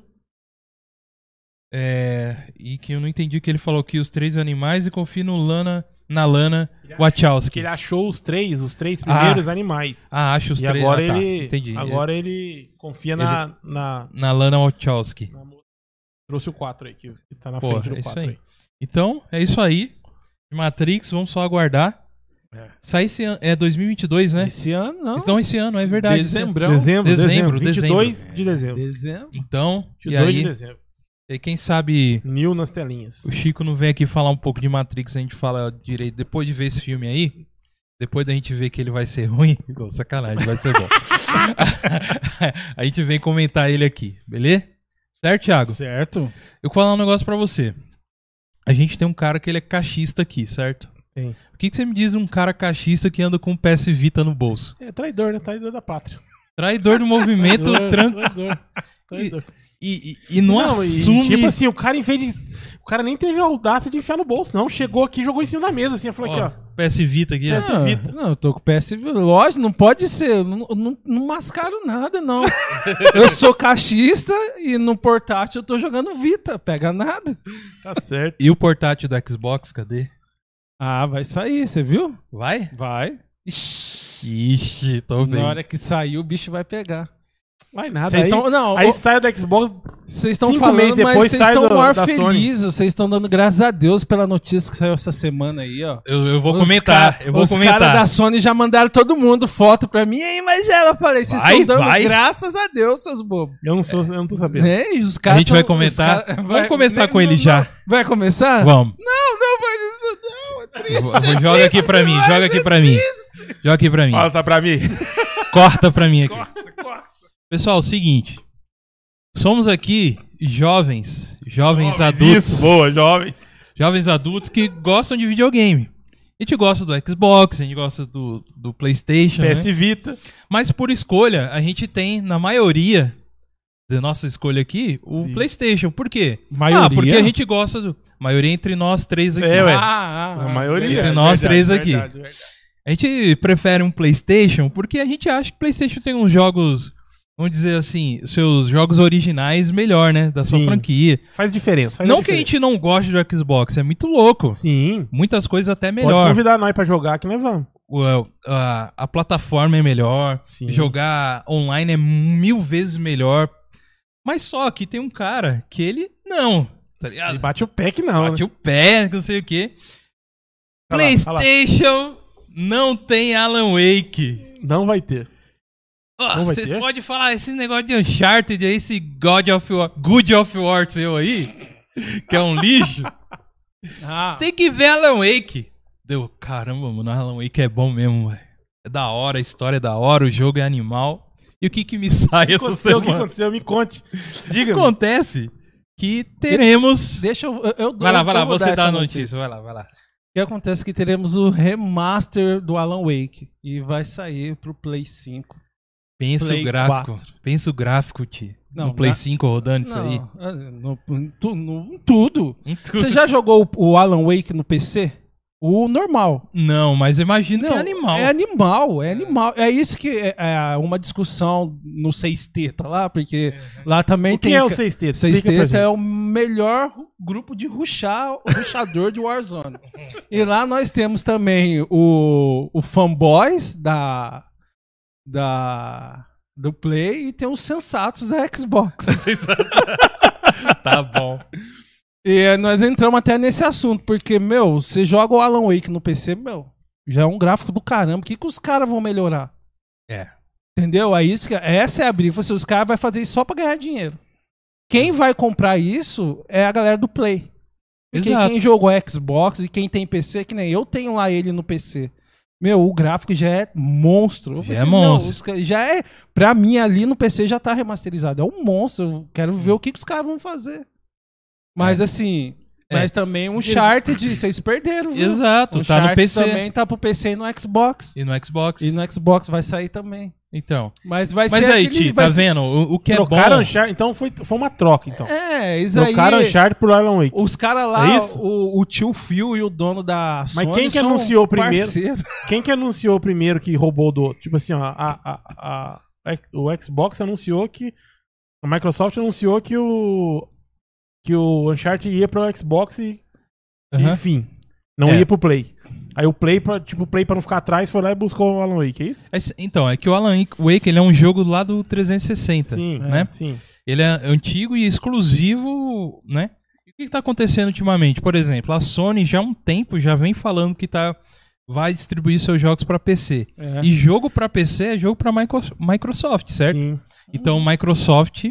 E que eu não entendi que ele falou que os 3 animais e confia na Lana Que Wachowski. ele achou os três primeiros animais. Ah, acho os E 3. agora tá, ele. entendi. Agora ele confia na. Na Lana Wachowski. Trouxe o 4 aí, que tá na Pô, frente é do isso 4 aí. aí. Então, é isso aí. Matrix, vamos só aguardar. Sai esse ano. É 2022, né? Esse ano, não. Então, esse ano, é verdade. Dezembrão. Dezembro. Dezembro. 22 de dezembro. Dezembro. Então, e 22 de aí, dezembro. e quem sabe New nas telinhas. o Chico não vem aqui falar um pouco de Matrix, a gente fala direito. Depois de ver esse filme aí, depois da gente ver que ele vai ser ruim, pô, sacanagem, vai ser bom. A gente vem comentar ele aqui, beleza? Certo, Thiago? Certo. Eu vou falar um negócio pra você. A gente tem um cara que ele é caixista aqui, certo? Tem. O que você me diz de um cara caixista que anda com um PS Vita no bolso? É traidor, né? Traidor da pátria. Traidor do movimento, Traidor. e não e, assume... tipo assim, o cara, em vez de. O cara nem teve a audácia de enfiar no bolso, não. Chegou aqui e jogou em cima da mesa, assim. Falou aqui, ó. PS Vita aqui. PS ó. Vita. Não, eu tô com o PS Vita. Lógico, não pode ser. Eu não mascaro nada, não. Eu sou caixista e no portátil eu tô jogando Vita. Pega nada. Tá certo. E o portátil da Xbox, cadê? Ah, vai sair, você viu? Vai? Vai. Ixi, tô vendo. Na hora que sair, o bicho vai pegar. Vai nada. Vocês Aí, estão. Não, aí sai do Xbox. vocês estão 5 falando, meses mas depois vocês sai estão do- um ar da Sony. feliz. Vocês estão dando graças a Deus pela notícia que saiu essa semana aí, ó. Eu vou Os comentar, ca- eu vou os comentar. caras da Sony já mandaram todo mundo foto pra mim. E aí, Magela, eu falei, vocês Vai, estão dando vai. graças a Deus, seus bobos. Eu não tô sabendo. Né? E os A caras gente vai tão- os comentar. cara- Vamos começar com ele não, já. não. Vai começar? Vamos. Não faz isso não. É triste. Joga aqui pra mim, joga aqui pra mim. Joga aqui pra mim. Fala, tá pra mim. Corta pra mim aqui. Pessoal, é o seguinte. Somos aqui jovens adultos. Isso, boa, jovem. Jovens adultos que gostam de videogame. A gente gosta do Xbox, a gente gosta do PlayStation, PS né? Vita. Mas por escolha, a gente tem, na maioria da nossa escolha aqui, o Sim. PlayStation. Por quê? Maioria? Ah, porque a gente gosta do... Maioria entre nós três aqui. É, ué. A A maioria. Entre nós três aqui. Verdade. A gente prefere um PlayStation porque a gente acha que o PlayStation tem uns jogos vamos dizer assim, os seus jogos originais melhor, né? Da sua Sim. franquia. Faz diferença. Faz Não a que a diferença. gente não goste do Xbox, é muito louco. Sim. Muitas coisas até Pode melhor. convidar nós pra jogar que nós vamos. A plataforma é melhor. Sim. Jogar online é 1000 vezes melhor. Mas só que tem um cara que ele não, tá ligado? Ele bate o pé que não, Bate né? o pé, não sei o quê. Olha lá, olha lá. PlayStation não tem Alan Wake. Não vai ter. Ó, Não vai vocês ter? podem falar esse negócio de Uncharted aí, esse God of War seu aí, que é um lixo. Ah, Tem que ver Alan Wake. Deu, caramba, mano, Alan Wake é bom mesmo, velho. É da hora, a história é da hora, o jogo é animal. E o que me sai essa O que semana? aconteceu? Me conte. Diga-me. Acontece que teremos... deixa eu Vai lá, eu vou você dar dá a essa notícia. Vai lá. O que acontece é que teremos o remaster do Alan Wake e vai sair pro Play 5. Pensa Play o gráfico. 4. Pensa o gráfico, Ti. Não, No Play gra- 5 rodando isso aí. Em tudo. Você já jogou o Alan Wake no PC? O normal. Não, mas eu imagino que é animal. É animal. É isso que é uma discussão no 6T, tá lá? Porque lá também O que tem... é o 6T? Explica pra 6T gente. é o melhor grupo de rushador de Warzone. E lá nós temos também o fanboys do Play e tem os sensatos da Xbox. Tá bom. E nós entramos até nesse assunto, porque, você joga o Alan Wake no PC, já é um gráfico do caramba. O que os caras vão melhorar? É. Entendeu? Essa é a briga. Os caras vão fazer isso só pra ganhar dinheiro. Quem vai comprar isso é a galera do Play. Porque Exato. quem jogou Xbox e quem tem PC, que nem eu tenho lá ele no PC. O gráfico já é monstro. Eu Já falei é assim, monstro. já é. Pra mim, ali no PC já tá remasterizado. É um monstro. Eu quero ver o que os caras vão fazer. Mas assim. Mas também um Uncharted, vocês perderam, viu? Exato, tá no Uncharted PC. também tá pro PC e no Xbox. E no Xbox. E no Xbox vai sair também. Então. Mas vai Mas ser aí, aquele- Ti, vai tá ser- vendo? O que Trocaram é bom... Uncharted, então foi uma troca, então. Isso aí. Trocaram Uncharted por Alan Wake. Os caras lá, É isso? o tio Phil e o dono da Sony Mas quem que são anunciou primeiro? parceiros. Quem que anunciou primeiro que roubou do outro? Tipo assim, ó, o Xbox anunciou que... A Microsoft anunciou que o Uncharted ia pro Xbox e Aham. enfim, não É. ia pro Play. Aí o Play pra não ficar atrás, foi lá e buscou o Alan Wake, é isso? Então, é que o Alan Wake ele é um jogo lá do 360, Sim, né? sim. Ele é antigo e exclusivo, né? E o que tá acontecendo ultimamente? Por exemplo, a Sony já há um tempo já vem falando que vai distribuir seus jogos pra PC. E jogo pra PC é jogo pra Microsoft, certo? Sim. Então, Microsoft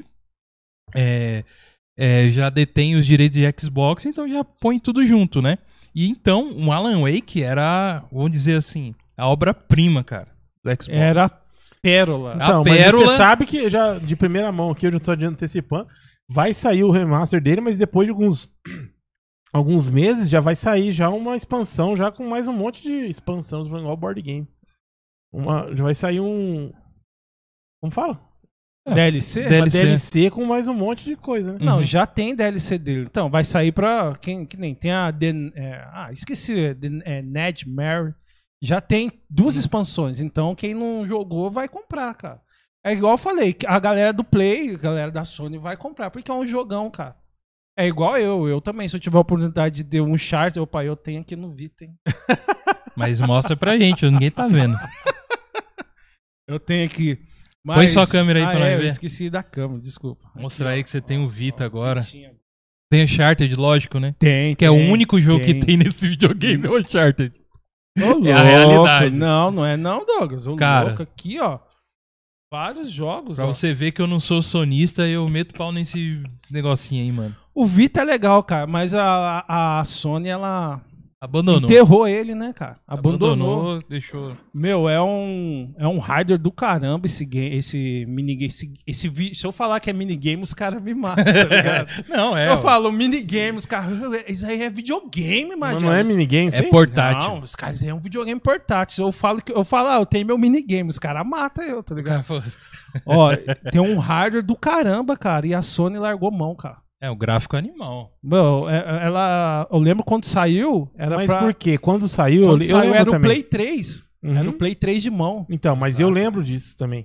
já detém os direitos de Xbox, então já põe tudo junto, né? E então, o Alan Wake era, vamos dizer assim, a obra-prima, cara, do Xbox. Era pérola. A Então, mas pérola- você sabe que já de primeira mão aqui, eu já tô antecipando, vai sair o remaster dele, mas depois de alguns meses já vai sair já uma expansão, já com mais um monte de expansão, igual board game. Já vai sair como fala? DLC? Uma DLC. DLC com mais um monte de coisa, né? Não, Uhum. já tem DLC dele. Então, vai sair pra quem que nem tem a... esqueci. Ned Mary. Já tem duas expansões. Então, quem não jogou vai comprar, cara. É igual eu falei, a galera do Play, a galera da Sony vai comprar, porque é um jogão, cara. É igual eu também. Se eu tiver a oportunidade de ter um Uncharted, eu tenho aqui no Vita, hein? Mas mostra pra gente, ninguém tá vendo. Eu tenho aqui. Põe sua câmera aí pra nós eu ver. esqueci da câmera, desculpa. Mostrar Aqui, aí que você tem o Vita agora. Vitinha. Tem Uncharted, lógico, né? Tem, Que é o único jogo que tem nesse videogame, é o Uncharted. Ô, É a louco. realidade. Não é não, Douglas. Ô, Cara. louco, aqui, ó. Vários jogos, Pra ó. você ver que eu não sou sonista, eu meto pau nesse negocinho aí, mano. O Vita é legal, cara, mas a Sony, ela Abandonou. enterrou ele, né, cara? Abandonou. Deixou. Meu, é um hardware do caramba esse game, esse minigame. Se eu falar que é minigame, os caras me matam, tá ligado? Não, Eu falo minigame, os caras. Isso aí é videogame, Mas mas não é minigame, É sim? portátil. Não, os caras é um videogame portátil. Eu falo, eu tenho meu minigame, os caras matam eu, tá O ligado? cara falou- Ó, tem um hardware do caramba, cara, e a Sony largou mão, cara. É, o gráfico é animal. Meu, eu lembro quando saiu, era Mas pra... por quê? Quando saiu, Quando eu saiu lembro era o também. Play 3. Uhum. Era o Play 3 de mão. Então, mas eu lembro disso também.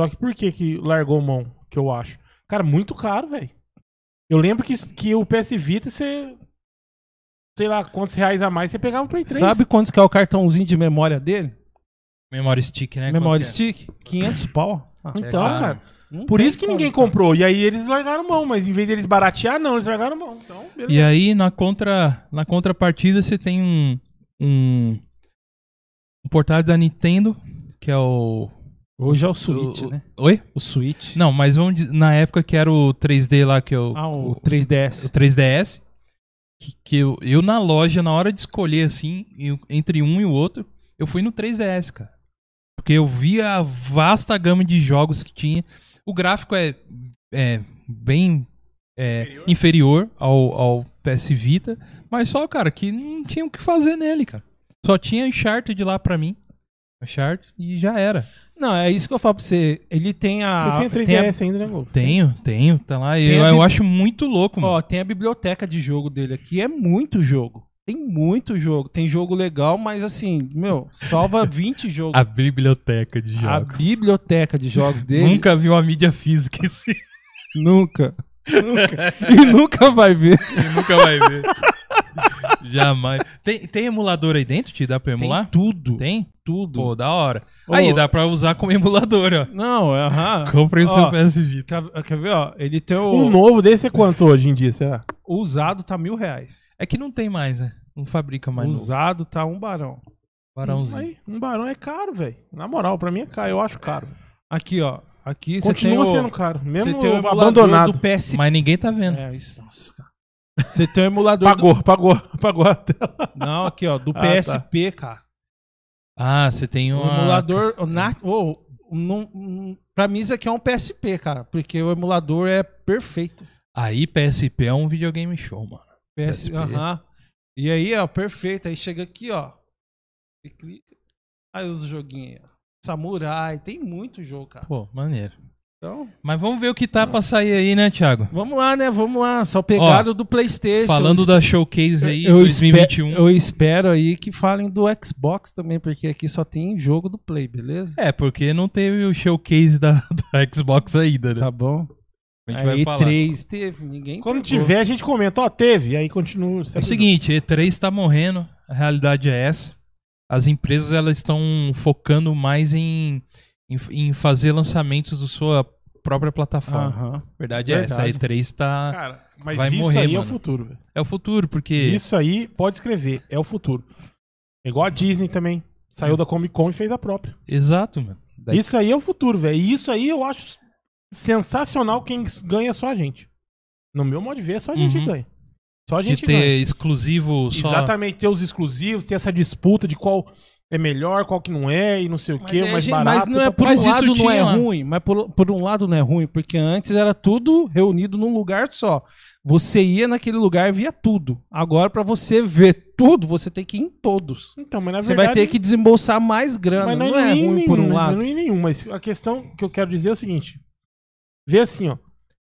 Só que por que largou mão, que eu acho? Cara, muito caro, velho. Eu lembro que o PS Vita, você... Sei lá, quantos reais a mais você pegava o Play 3. Sabe quantos que é o cartãozinho de memória dele? Memory Stick, né? Memory Quanto que é? Stick? 500 pau. Ah, Então, caro. cara... não Por tem isso que como, ninguém cara. comprou. E aí eles largaram mão. Mas em vez deles baratear, não, eles largaram mão. Então, beleza. E aí, na contrapartida, você tem um portátil da Nintendo, que é o... Hoje é o Switch, né? Oi? O Switch. Não, mas vamos dizer, na época que era o 3D lá, que eu... O o 3DS. 3DS, que eu na loja, na hora de escolher, assim, entre um e o outro, eu fui no 3DS, cara. Porque eu vi a vasta gama de jogos que tinha. O gráfico é bem inferior ao PS Vita, mas só, cara, que não tinha o que fazer nele, cara. Só tinha Uncharted lá pra mim. Uncharted e já era. Não, é isso que eu falo pra você. Ele tem a... Você tem 3DS ainda, né, Gol? Tenho, tá lá. Tem Eu, a eu acho muito louco, mano. Ó, tem a biblioteca de jogo dele aqui. É muito jogo. Tem muito jogo. Tem jogo legal, mas assim, meu, salva 20 jogos. A biblioteca de A jogos. biblioteca de jogos dele. Nunca vi uma mídia física assim. Nunca. E nunca vai ver. Nunca vai ver. Jamais. Tem emulador aí dentro? Te dá pra emular? Tem tudo. Tem? Tudo. Pô, da hora. Ô. Aí, dá pra usar como emulador, ó. Não, aham. Compre o seu Ó, PS Vita. Quer ver, ó? Ele tem o... Um novo desse é quanto hoje em dia, será? O usado tá R$1.000. É que não tem mais, né? Não fabrica mais novo. Usado tá um barão. Barãozinho. Aí, um barão é caro, velho. Na moral, pra mim é caro. Eu acho caro. Aqui, ó. Aqui você tem Continua o... sendo caro. Mesmo Você tem o emulador abandonado. do PS... Mas ninguém tá vendo. É, isso. Nossa, cara. Você tem o emulador Pagou a tela. Não, aqui, ó. Do Ah, PSP, cara. Ah, você tem O uma... emulador... Pra mim isso aqui é um PSP, cara. Porque o emulador é perfeito. Aí PSP é um videogame show, mano. PSP. Aham. E aí, ó, perfeito. Aí chega aqui, ó. Você clica. Aí os joguinhos aí, ó. Samurai. Tem muito jogo, cara. Pô, maneiro. Então, Mas vamos ver o que tá pra sair aí, né, Thiago? vamos lá, né? Vamos lá. Só pegado do PlayStation. Falando da showcase aí, eu 2021. Eu espero aí que falem do Xbox também, porque aqui só tem jogo do Play, beleza? É, porque não teve o showcase da Xbox ainda, né? Tá bom. A gente Aí vai falar. 3 teve, ninguém Quando pegou. tiver, a gente comenta. Ó, teve. Aí continua. É o seguinte, E3 tá morrendo, a realidade é essa. As empresas elas estão focando mais em fazer lançamentos da sua própria plataforma. Aham. Verdade é essa, a E3 tá... Cara, mas vai isso morrer, aí é o mano. futuro, velho. É o futuro, porque... Isso aí, pode escrever, é o futuro. É igual a Disney também. Saiu da Comic Con e fez a própria. Exato, mano. Daí- Isso aí é o futuro, velho. E isso aí eu acho sensacional. Quem ganha é só a gente. No meu modo de ver, é só a gente que ganha. Só a de gente ter ganha. exclusivo só... Exatamente, ter os exclusivos, ter essa disputa de qual é melhor, qual que não é, e não sei o que, o mais barato. Mas não é por Mas um isso lado não tinha é lá. ruim, mas por um lado não é ruim, porque antes era tudo reunido num lugar só. Você ia naquele lugar e via tudo. Agora, pra você ver tudo, você tem que ir em todos. Então, mas na Você verdade, vai ter que desembolsar mais grana. mas Não é ruim por um lado. Não é nenhum, mas a questão que eu quero dizer é o seguinte. Vê assim, ó.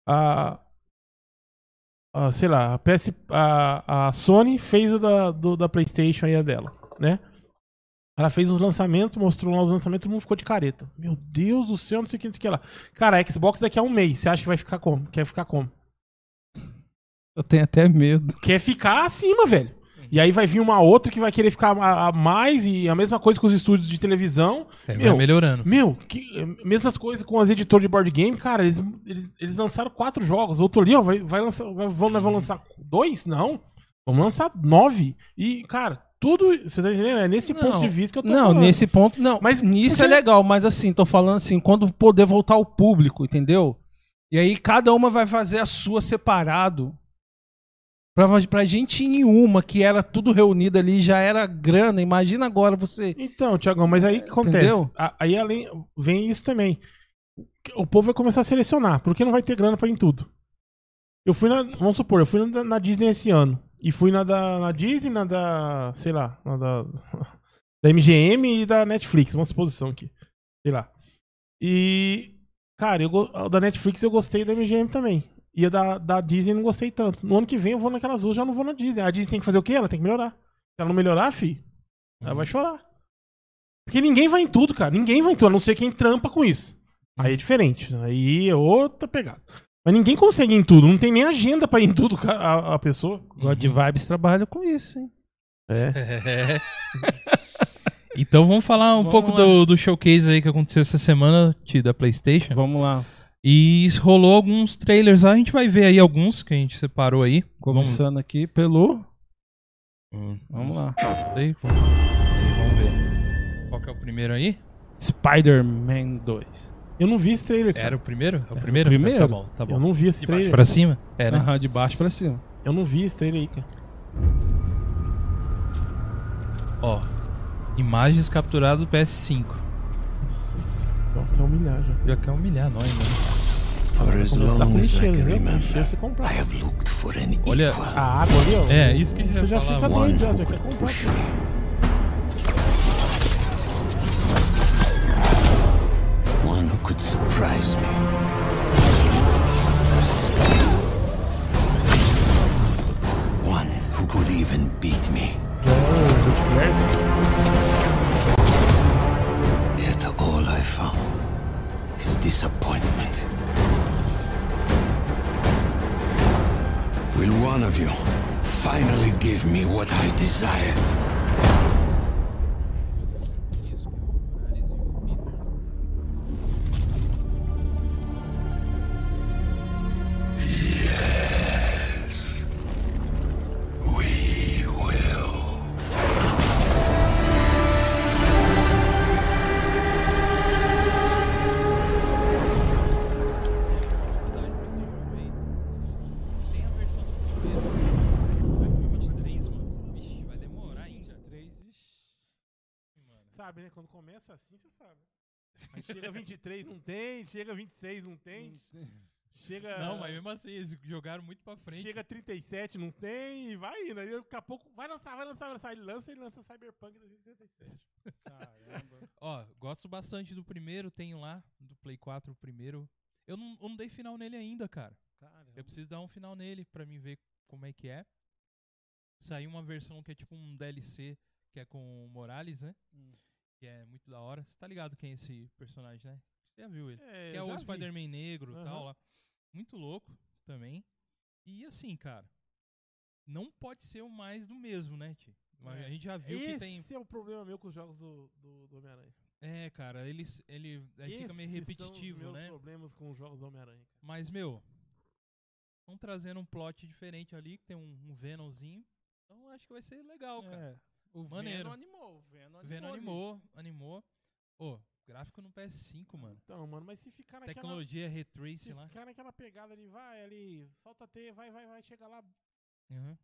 Sei lá, a Sony fez da PlayStation aí a dela, né? Ela fez os lançamentos, mostrou lá os lançamentos, todo mundo ficou de careta. Meu Deus do céu, não sei o que, não sei o que lá. Cara, a Xbox daqui a um mês, você acha que vai ficar como? Quer ficar como? Eu tenho até medo. Quer ficar acima, velho. E aí vai vir uma outra que vai querer ficar a mais, e a mesma coisa com os estúdios de televisão. vai melhorando. Mesmas coisas com as editoras de board game, cara, eles lançaram 4 jogos. Outro ali, ó, vão lançar 2? Não. Vamos lançar 9. E, cara, tudo. Você tá entendendo? É nesse ponto de vista que eu tô falando. Não, nesse ponto, não. Mas nisso porque- é legal, mas assim, tô falando assim, quando poder voltar ao público, entendeu? E aí cada uma vai fazer a sua separado. Pra gente ir em uma, que era tudo reunido ali, já era grana. Imagina agora você. Então, Thiagão, mas aí o que acontece? Entendeu? Aí além vem isso também. O povo vai começar a selecionar, porque não vai ter grana pra ir em tudo. Vamos supor, eu fui na Disney esse ano. E fui na Disney, na da, sei lá, na da MGM e da Netflix, uma suposição aqui. Sei lá. E, cara, a da Netflix eu gostei, da MGM também. E a da Disney não gostei tanto. No ano que vem eu vou naquelas duas, já não vou na Disney. A Disney tem que fazer o quê? Ela tem que melhorar. Se ela não melhorar, ela vai chorar. Porque ninguém vai em tudo, cara. Ninguém vai em tudo, a não ser quem trampa com isso. Aí é diferente. Aí é outra pegada. Mas ninguém consegue ir em tudo. Não tem nem agenda pra ir em tudo a pessoa. God Vibes trabalha com isso, hein? É. Então vamos falar um Vamos pouco lá. do showcase aí que aconteceu essa semana da PlayStation. Vamos lá. E rolou alguns trailers lá. A gente vai ver aí alguns que a gente separou aí. Começando aqui pelo... Vamos lá. Vamos ver. Qual que é o primeiro aí? Spider-Man 2. Eu não vi esse trailer, cara. Era o primeiro? É o primeiro? primeiro. Tá bom, tá bom. Eu não vi esse trailer. Pra cima? É, né? Aham, de baixo pra cima. Eu não vi esse trailer aí, cara. Ó. Imagens capturadas do PS5. Então, quer humilhar já. Já quer humilhar nós, né? For as Tá com long as I cheiro, can viu? remember, Cheiro você compra. I have looked for an Olha- equal. A água ali, ó. É, isso que a gente Você ia já falar. fica One doido, já who quer could comprar. push me. One who could surprise me. One who could even beat me. Yet all I found is disappointment. Will one of you finally give me what I desire? We will. Tem a versão do primeiro. Vai pro 23, mano. Vixe, vai demorar ainda. Sabe, né? Quando começa assim, você sabe. Aí chega 23, não tem. Chega 26, não tem. Chega... Não, mas mesmo assim, eles jogaram muito pra frente. Chega 37, não tem. E vai indo. Aí daqui a pouco vai lançar. Ele lança Cyberpunk 2077. Caramba. Ó, gosto bastante do primeiro, tenho lá, do Play 4 o primeiro. Eu não dei final nele ainda, cara. Eu preciso dar um final nele pra mim ver como é que é. Saiu uma versão que é tipo um DLC, que é com o Morales, né? Que é muito da hora. Você tá ligado quem é esse personagem, né? Você já viu ele? Que é o Spider-Man negro e tal lá. Muito louco também. E assim, cara, não pode ser o mais do mesmo, né, tio? Mas a gente já viu que tem... Esse é o problema meu com os jogos do Homem-Aranha. É, cara, ele aí fica meio repetitivo, são os meus né? problemas com os jogos do Homem-Aranha. Mas, meu, estão trazendo um plot diferente ali, que tem um Venomzinho. Então acho que vai ser legal, cara. O Maneiro. Venom animou. O Venom animou. Ô, gráfico no PS5, mano. Então, mano, mas se ficar naquela... Tecnologia Ray Trace Se lá. ficar naquela pegada ali, vai ali, solta a teia, vai, chega lá, Uhum.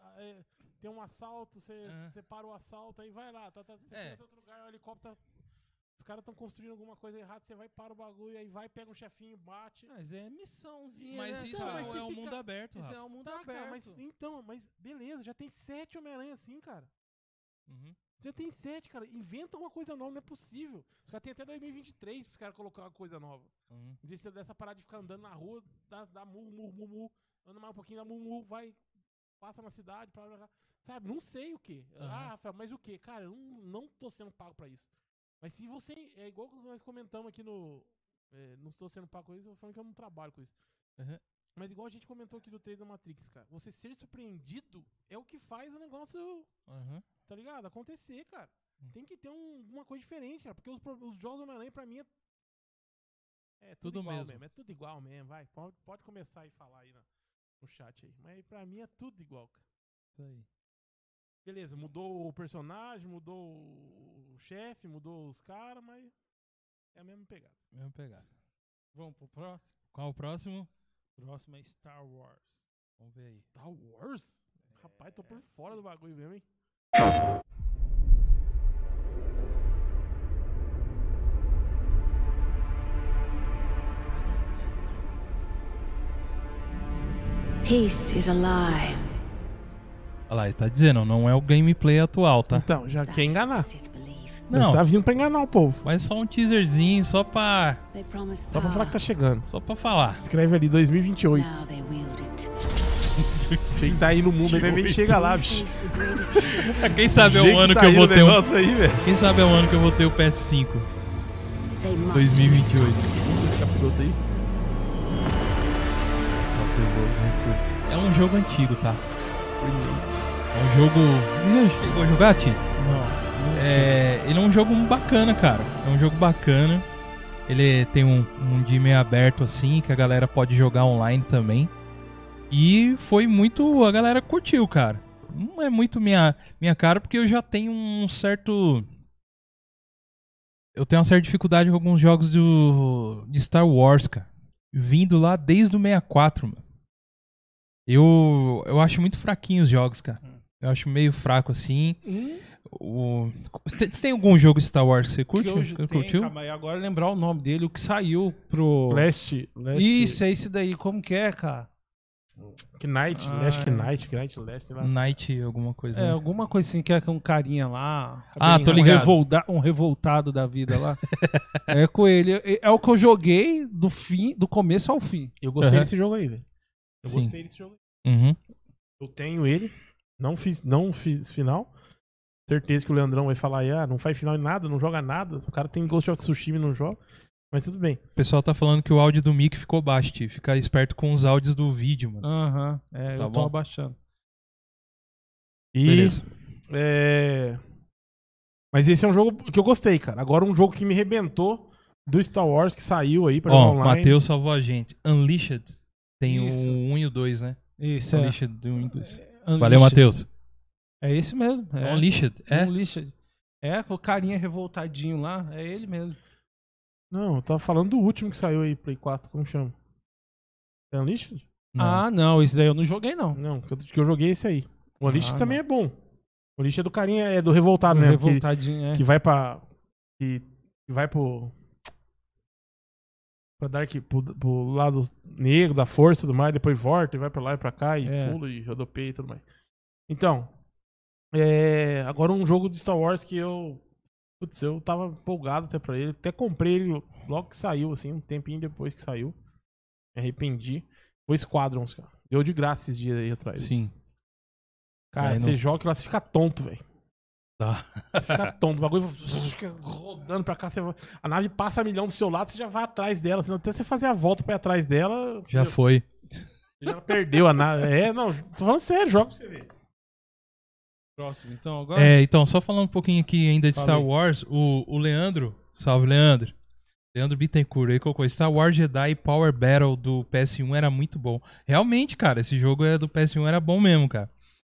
tem um assalto, você para o assalto, aí vai lá, você chega em outro lugar, o helicóptero, os caras estão construindo alguma coisa errada, você vai para o bagulho, aí vai, pega um chefinho, bate. Mas é missãozinha, Mas né, isso cara? mas é se um fica- mundo aberto, Isso Rafa. é um mundo Tá, aberto. cara, mas beleza, já tem 7 Homem-Aranha assim, cara. Uhum. Já tem 7, cara. Inventa uma coisa nova, não é possível. Os caras têm até 2023 pros caras colocar uma coisa nova. Uhum. Dessa parada de ficar andando na rua, dá mu, anda mais um pouquinho, dá mu, vai, passa na cidade, pra sabe? Não sei o que. Uhum. Ah, Rafael, mas o que? Cara, eu não tô sendo pago pra isso. Mas se você, é igual que nós comentamos aqui no... não estou sendo pago com isso, eu tô falando que eu não trabalho com isso. Uhum. Mas igual a gente comentou aqui do 3 da Matrix, cara. Você ser surpreendido é o que faz o negócio... Uhum. Tá ligado? Acontecer, cara. Tem que ter uma coisa diferente, cara. Porque os jogos do Homem-Aranha, pra mim, é tudo Tudo igual mesmo. É tudo igual mesmo, vai. Pode começar a falar aí no chat aí. Mas pra mim é tudo igual, cara. Isso aí. Beleza, mudou o personagem, mudou o chefe, mudou os caras, mas é a mesma pegada. Vamos pegar. Vamos pro próximo? Qual o próximo? Próximo é Star Wars. Vamos ver aí. Star Wars? Rapaz, tô por fora do bagulho mesmo, hein? Peace is a lie. Olha lá, ele tá dizendo, não é o gameplay atual, tá? Então, já That quer is what enganar. the Sith believe. Não, Tá vindo pra enganar o povo. mas só um teaserzinho, só pra They promise Só pra power. falar que tá chegando. falar. Escreve ali 2028. Now they wield it. Tem que tá aí no mundo, ele nem chega lá, bicho. Face the greatest sin. Quem sabe é Jeito o ano que eu saiu vou o ter um... negócio aí, velho. Quem sabe é o ano que eu vou ter o PS5. They must be 2028. stopped. Esse capiroto aí. É um jogo antigo, tá? É um jogo... Já chegou a jogar, Ti? Não. Ele é um jogo bacana, cara. É um jogo bacana. Ele tem um mundinho meio aberto assim, que a galera pode jogar online também. E foi muito... A galera curtiu, cara. Não é muito minha cara, porque eu já tenho um certo... Eu tenho uma certa dificuldade com alguns jogos de Star Wars, cara. Vindo lá desde o 64, mano. Eu acho muito fraquinho os jogos, cara. Eu acho meio fraco assim. Você tem algum jogo de Star Wars que você curte? Que Curtiu? calma aí, agora lembrar o nome dele, o que saiu pro... Last. Isso, é esse daí. Como que é, cara? Knight, Last Knight, sei lá. Night, alguma coisa. É, né? alguma coisa assim que é com um carinha lá. Ah, tô ligado. Um revoltado da vida lá. É com ele. É o que eu joguei do começo ao fim. Eu gostei Uhum. desse jogo aí, velho. Eu Sim. gostei desse jogo. Uhum. Eu tenho ele. Não fiz final. Certeza que o Leandrão vai falar aí, não faz final em nada, não joga nada. O cara tem Ghost of Tsushima e não joga. Mas tudo bem. O pessoal tá falando que o áudio do Mickey ficou baixo, Ti. Fica esperto com os áudios do vídeo, mano. Aham. Tá Eu tô bom. abaixando. E, Beleza. Mas esse é um jogo que eu gostei, cara. Agora um jogo que me arrebentou do Star Wars que saiu aí pra jogar Ó, o online. Matheus salvou a gente. Unleashed. Tem Isso. o 1 e o 2, né? Isso, é. Unleashed do 1 e 2. Unleashed. Valeu, Matheus. É esse mesmo. É. Unleashed, é? Unleashed. É, com o carinha revoltadinho lá. É ele mesmo. Não, eu tava falando do último que saiu aí, Play 4, como chama? É Unleashed? Não. Ah, não. Esse daí eu não joguei, não. Não, que eu joguei esse aí. O Unleashed Ah, também é bom. O Unleashed é do carinha, é do revoltado O mesmo. revoltadinho, Que vai pra... Que vai pro lado negro da força e tudo mais, depois volta e vai pra lá e pra cá e pula e rodopeia e tudo mais. Então, agora um jogo de Star Wars que eu tava empolgado até pra ele, até comprei ele logo que saiu, assim, um tempinho depois que saiu. Me arrependi. Foi Squadrons, cara. Deu de graça esses dias aí atrás. Sim. Cara, Aí você não- joga lá, você fica tonto, velho. Tá. Você fica tonto, o bagulho fica rodando pra cá. A nave passa a milhão do seu lado, você já vai atrás dela. Até você fazer a volta pra ir atrás dela, Já foi. você já perdeu a nave. Não, tô falando sério, joga pra você ver. Próximo, então, agora. Então, só falando um pouquinho aqui ainda de Fala Star aí. Wars, o Leandro, salve Leandro. Leandro Bittencourt aí colocou Star Wars Jedi Power Battle do PS1 era muito bom. Realmente, cara, esse jogo do PS1 era bom mesmo, cara.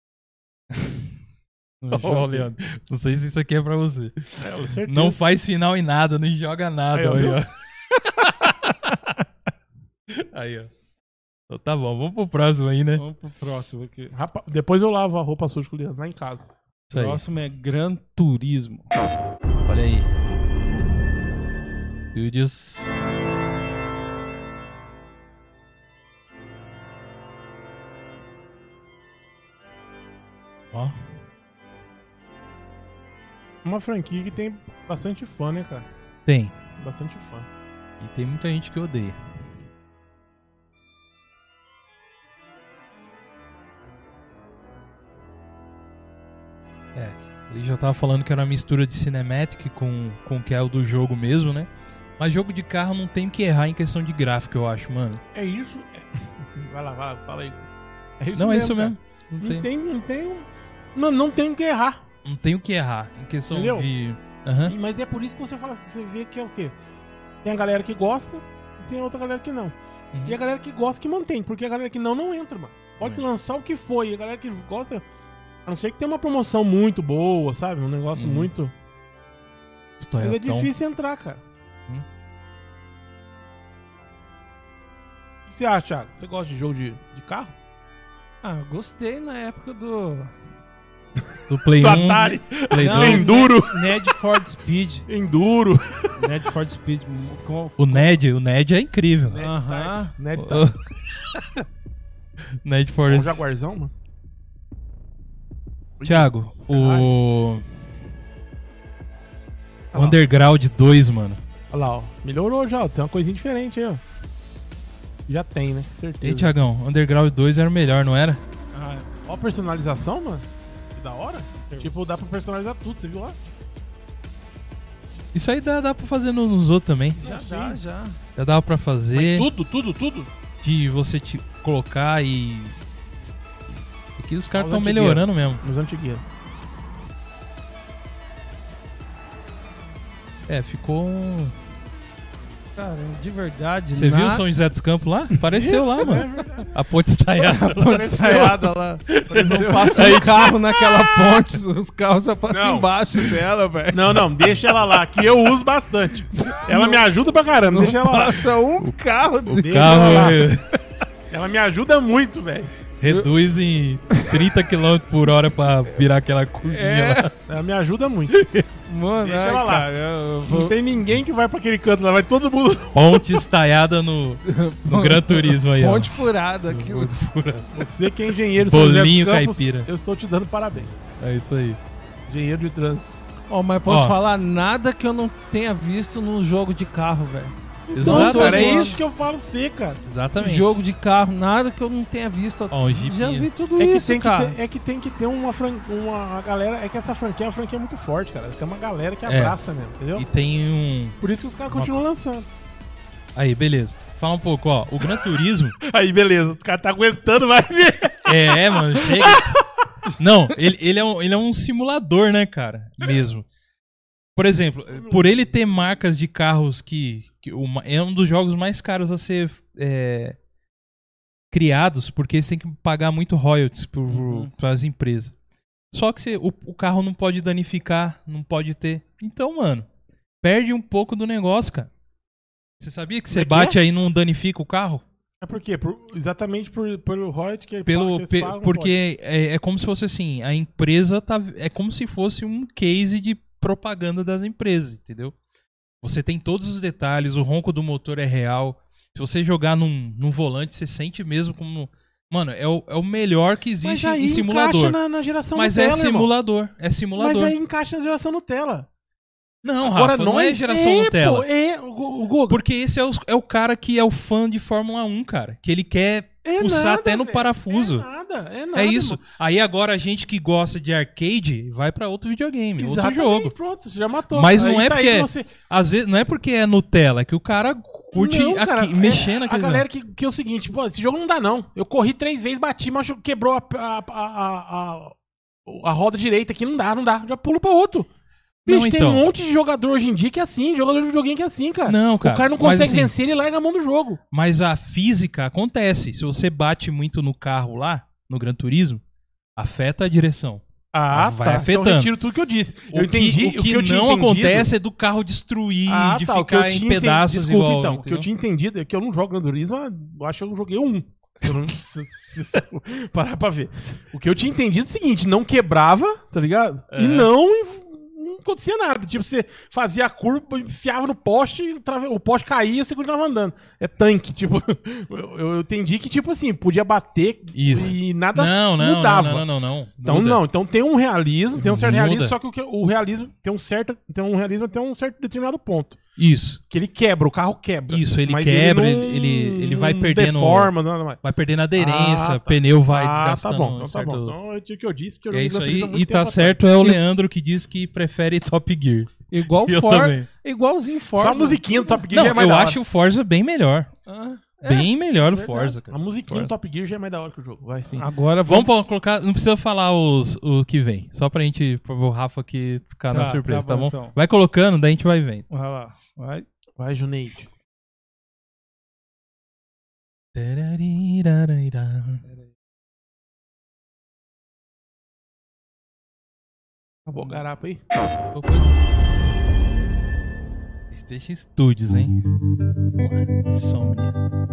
Ó, Leandro, não sei se isso aqui é pra você. Eu certeza. Não faz final em nada, não joga nada. Aí, ó. Aí, ó. Aí, ó. Então tá bom, vamos pro próximo aí, né? Vamos pro próximo aqui. Rapaz, depois eu lavo a roupa suja com o Leandro lá em casa. Isso aí. Próximo é Gran Turismo. Olha aí. Studios. Ó. Uma franquia que tem bastante fã, né, cara? Tem. Bastante fã. E tem muita gente que odeia. Ele já tava falando que era uma mistura de cinematic com o que é o do jogo mesmo, né? Mas jogo de carro não tem o que errar em questão de gráfico, eu acho, mano. É isso. Vai lá, fala aí. É isso Não, mesmo, é isso cara. mesmo. Não tem o que errar. Não tem o que errar em questão Entendeu? de... Aham. Mas é por isso que você fala assim, você vê que é o quê? Tem a galera que gosta e tem outra galera que não. Uhum. E a galera que gosta que mantém, porque a galera que não entra, mano. Pode lançar o que foi, e a galera que gosta, a não ser que tenha uma promoção muito boa, sabe? Um negócio muito... Mas é difícil entrar, cara. O que você acha, Thiago? Você gosta de jogo de carro? Ah, eu gostei na época do Do Play 1. Do Atari. Play Não, 2. Enduro. Need for Speed. Enduro. Need for Speed. O Ned é incrível. Aham. Ned Ned for Um Jaguarzão, mano. Thiago, o Olha lá. Underground 2, mano. Olha lá, ó. Melhorou já, ó. Tem uma coisinha diferente aí, ó. Já tem, né? Certeza. Ei, Thiagão, Underground 2 era o melhor, não era? Ah, Ó a personalização, mano. Que da hora. Tipo, dá pra personalizar tudo, você viu lá? Isso aí dá pra fazer nos outros também. Já. Já dava pra fazer. Mas tudo? De você te colocar e. Aqui os caras Olha estão o melhorando mesmo. Nos antiguinhos. Ficou um. Cara, de verdade. Você viu o São José dos Campos lá? Apareceu lá, mano. A ponte estaiada. Estaiada lá. Não passa um carro naquela ponte, os carros só passam embaixo dela, velho. Não, deixa ela lá, que eu uso bastante. Ela me ajuda pra caramba, deixa ela lá. Passa um carro O dele. carro Ela me ajuda muito, velho. reduz em 30 km por hora pra virar aquela curvinha lá. Ela me ajuda muito. Mano, Deixa ela lá. cara, eu vou... Não tem ninguém que vai pra aquele canto lá, vai todo mundo. Ponte estaiada no Gran Turismo aí, Ponte furada, ó. aquilo. Você que é engenheiro São José dos Bolinho Campos, caipira. eu estou te dando parabéns. É isso aí. Engenheiro de trânsito. Ó, mas posso Ó. falar nada que eu não tenha visto num jogo de carro, velho. Exatamente. Cara, é isso que eu falo pra você, cara. Exatamente. Jogo de carro, nada que eu não tenha visto. Ó, um Jeep. Já vi tudo É que, isso, tem que cara. ter, é que tem que ter uma galera. É que essa franquia é uma franquia muito forte, cara. Tem uma galera que É. abraça mesmo, entendeu? E tem um. Por isso que os caras continuam lançando. Aí, beleza. Fala um pouco, ó. O Gran Turismo. Aí, beleza. O cara tá aguentando, vai ver. Mano, chega. Não, ele é um simulador, né, cara? Mesmo. Por exemplo, por ele ter marcas de carros é um dos jogos mais caros a ser criados, porque eles têm que pagar muito royalties para as empresas. Só que o carro não pode danificar, não pode ter. Então, mano, perde um pouco do negócio, cara. Você sabia que você que bate aí e não danifica o carro? É por quê? Exatamente pelo royalty que eles pagam, Porque é como se fosse assim, a empresa é como se fosse um case de propaganda das empresas, entendeu? Você tem todos os detalhes, o ronco do motor é real. Se você jogar num volante, você sente mesmo como... Mano, é o melhor que existe em simulador. Encaixa na geração Mas Nutella, é simulador, é simulador. Mas aí encaixa na geração Nutella. Não, Agora Rafa, não é geração Nutella. O Guga. Porque esse é o cara que é o fã de Fórmula 1, cara. Que ele quer fuçar nada, até no velho. parafuso. É nada, É isso. irmão. Aí agora a gente que gosta de arcade vai pra outro videogame, Exatamente, outro jogo. Pronto, você já matou. Mas não Aí é tá porque aí você... às vezes não é porque é Nutella, é que o cara curte Não, cara, mexer a naquele galera que é o seguinte, pô, esse jogo não dá não. Eu corri 3 vezes, bati, mas quebrou a roda direita aqui, não dá. Já pulo pra outro. Bicho, Não, tem então. um monte de jogador hoje em dia que é assim, jogador de videogame que é assim, cara. Não, cara, O cara não mas consegue assim- vencer, ele larga a mão do jogo. Mas a física acontece. Se você bate muito no carro lá, no Gran Turismo, afeta a direção. Vai Então afetando. eu retiro tudo que eu disse. Eu entendi. O que eu tinha não entendido- acontece é do carro destruir, de o que eu ficar em tinha pedaços Desculpa, igual. então. O que eu entendeu? tinha entendido é que eu não jogo Gran Turismo, eu acho que eu joguei um. Eu não, se parar pra ver. O que eu tinha entendido é o seguinte, não quebrava, tá ligado? E não acontecia nada. Tipo, você fazia a curva, enfiava no poste, o poste caía, você continuava andando. É tanque, tipo... Eu entendi que, tipo assim, podia bater Isso. e nada Não. mudava. Não. Então Muda. não, então tem um realismo, tem um certo Muda. realismo, só que o realismo tem um realismo até um certo determinado ponto. Isso. Que ele quebra, o carro quebra. Isso, ele Mas quebra, não- ele vai não perdendo... deforma, nada mais. Vai perdendo aderência, Ah, tá. pneu vai Tá desgastando. bom, então tá certo? bom. Então eu tinha o que eu disse, porque eu É joguei isso Gran aí. Turismo há muito E tá tempo certo, é o Leandro que diz que prefere Top Gear. Igual Eu também. igualzinho atrás. Forza. Só a musiquinha do Top Gear já é Não, mais eu da hora. acho o Forza bem melhor. Bem melhor o Forza, A cara. musiquinha Forza. do Top Gear já é mais da hora que o jogo. Vai, sim. Agora Vamos colocar. Não precisa falar o que vem. Só pra gente, pro Rafa aqui ficar na Tá, surpresa, tá tá bom, bom? então. Vai colocando, daí a gente vai vendo. Vai lá. Vai. Vai, Juneide. Acabou o garapa aí? PlayStation Studios, hein? Insomnia.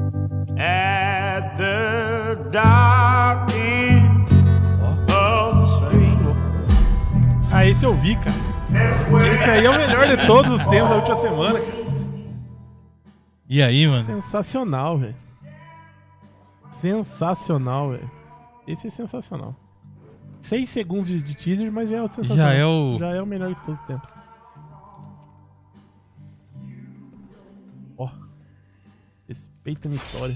At the dark end of the street. Ah, esse eu vi, cara. Esse aí é o melhor de todos os tempos da última semana, cara. E aí, mano? Sensacional, velho. Sensacional, velho. Esse é sensacional. 6 segundos de teaser, mas já é o sensacional. Já é o melhor de todos os tempos. Ó. Respeita a minha história.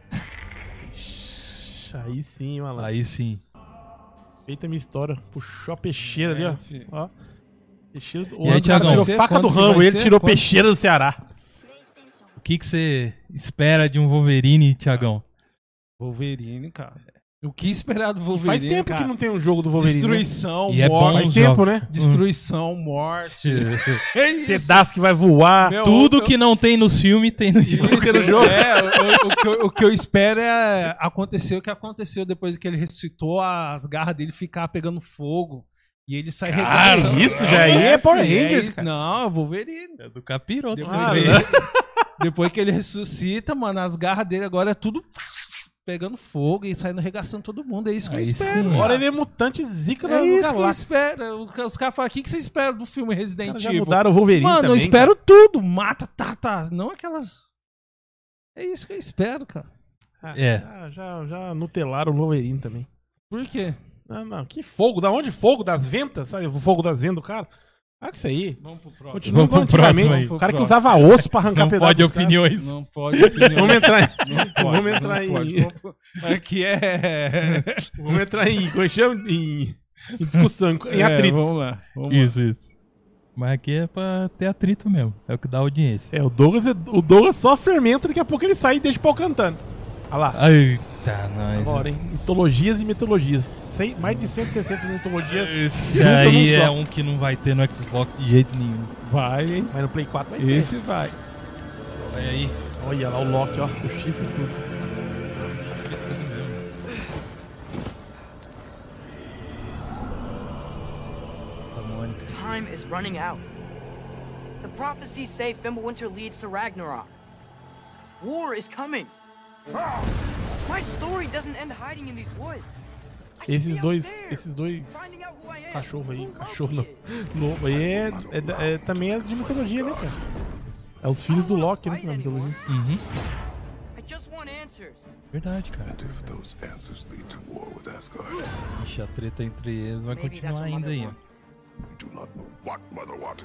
Aí sim, malandro. Aí sim. Respeita a minha história. Puxou a peixeira ali, ó. filho. Ó. O E aí, cara Thiagão? tirou Vai ser? faca Quando do que Rambo, vai ele ser? tirou Quando? peixeira do Ceará. O que você espera de um Wolverine, Thiagão? Wolverine, cara. O que esperar do Wolverine, Faz tempo cara? que não tem um jogo do Wolverine. né? Destruição, E é bom morte. Faz os tempo, jogos. né? Destruição, morte. É isso. Pedaço que vai voar. Meu, Tudo que não tem nos filmes tem no jogo. Isso, no jogo. o que eu espero é acontecer o que aconteceu depois que ele ressuscitou, as garras dele ficar pegando fogo e ele sai regaçando. isso já aí é Power filho, Rangers, isso. cara. Não, é Wolverine. É do capiroto. Depois, Ah, depois que ele ressuscita, mano, as garras dele agora é tudo pegando fogo e saindo regaçando todo mundo. É isso que eu Aí espero. sim. Agora ele é mutante zica da É isso que eu galáxia. espero. Os caras falam, o que você espera do filme Resident Os caras já Evil? mudaram o Wolverine Mano, também, eu espero tudo. Mata, tá. Não aquelas... É isso que eu espero, cara. cara. É. Já nutelaram o Wolverine também. Por quê? Não. Que fogo? Da onde fogo? Das ventas? Sabe o fogo das ventas do cara? Para com isso aí. Vamos pro próximo. Continua Vamos pro igual antigamente. próximo aí. O cara que usava osso pra arrancar Não pedaço pode dos caras. opiniões. Não pode opiniões. Vamos entrar em... Não pode, Vamos entrar não em... pode. Aqui é... Vamos entrar em... Como é que chama? Em discussão, em atrito. Vamos lá. Isso. Mas aqui é pra ter atrito mesmo. É o que dá audiência. O Douglas só fermenta, daqui a pouco ele sai e deixa o pau cantando. Olha lá. Eita, nós. Agora, hein? Mitologias e mitologias. Mais de 160 mitologias. Esse junto aí num só. é um que não vai ter no Xbox de jeito nenhum. Vai, hein? Mas no Play 4 vai ter. Esse vai. Olha aí. Olha lá o Loki, ó. O chifre e tudo. A Mônica. Time is running out. The prophecies say Fimbulwinter leads to Ragnarok. War is coming. My story doesn't end hiding in these woods. I should Esses be out dois there, finding out who I am, cachorro aí, who cachorro Loki não. is. Lobo aí também é de mitologia, né, cara? É os filhos do Loki, né, que é mitologia. Uhum. I just want answers. Verdade, cara. If those answers lead to war with Asgard, Ixi, a treta entre eles vai Maybe that's continuar what ainda Mother aí, ó. wanted. we do not know what Mother wanted.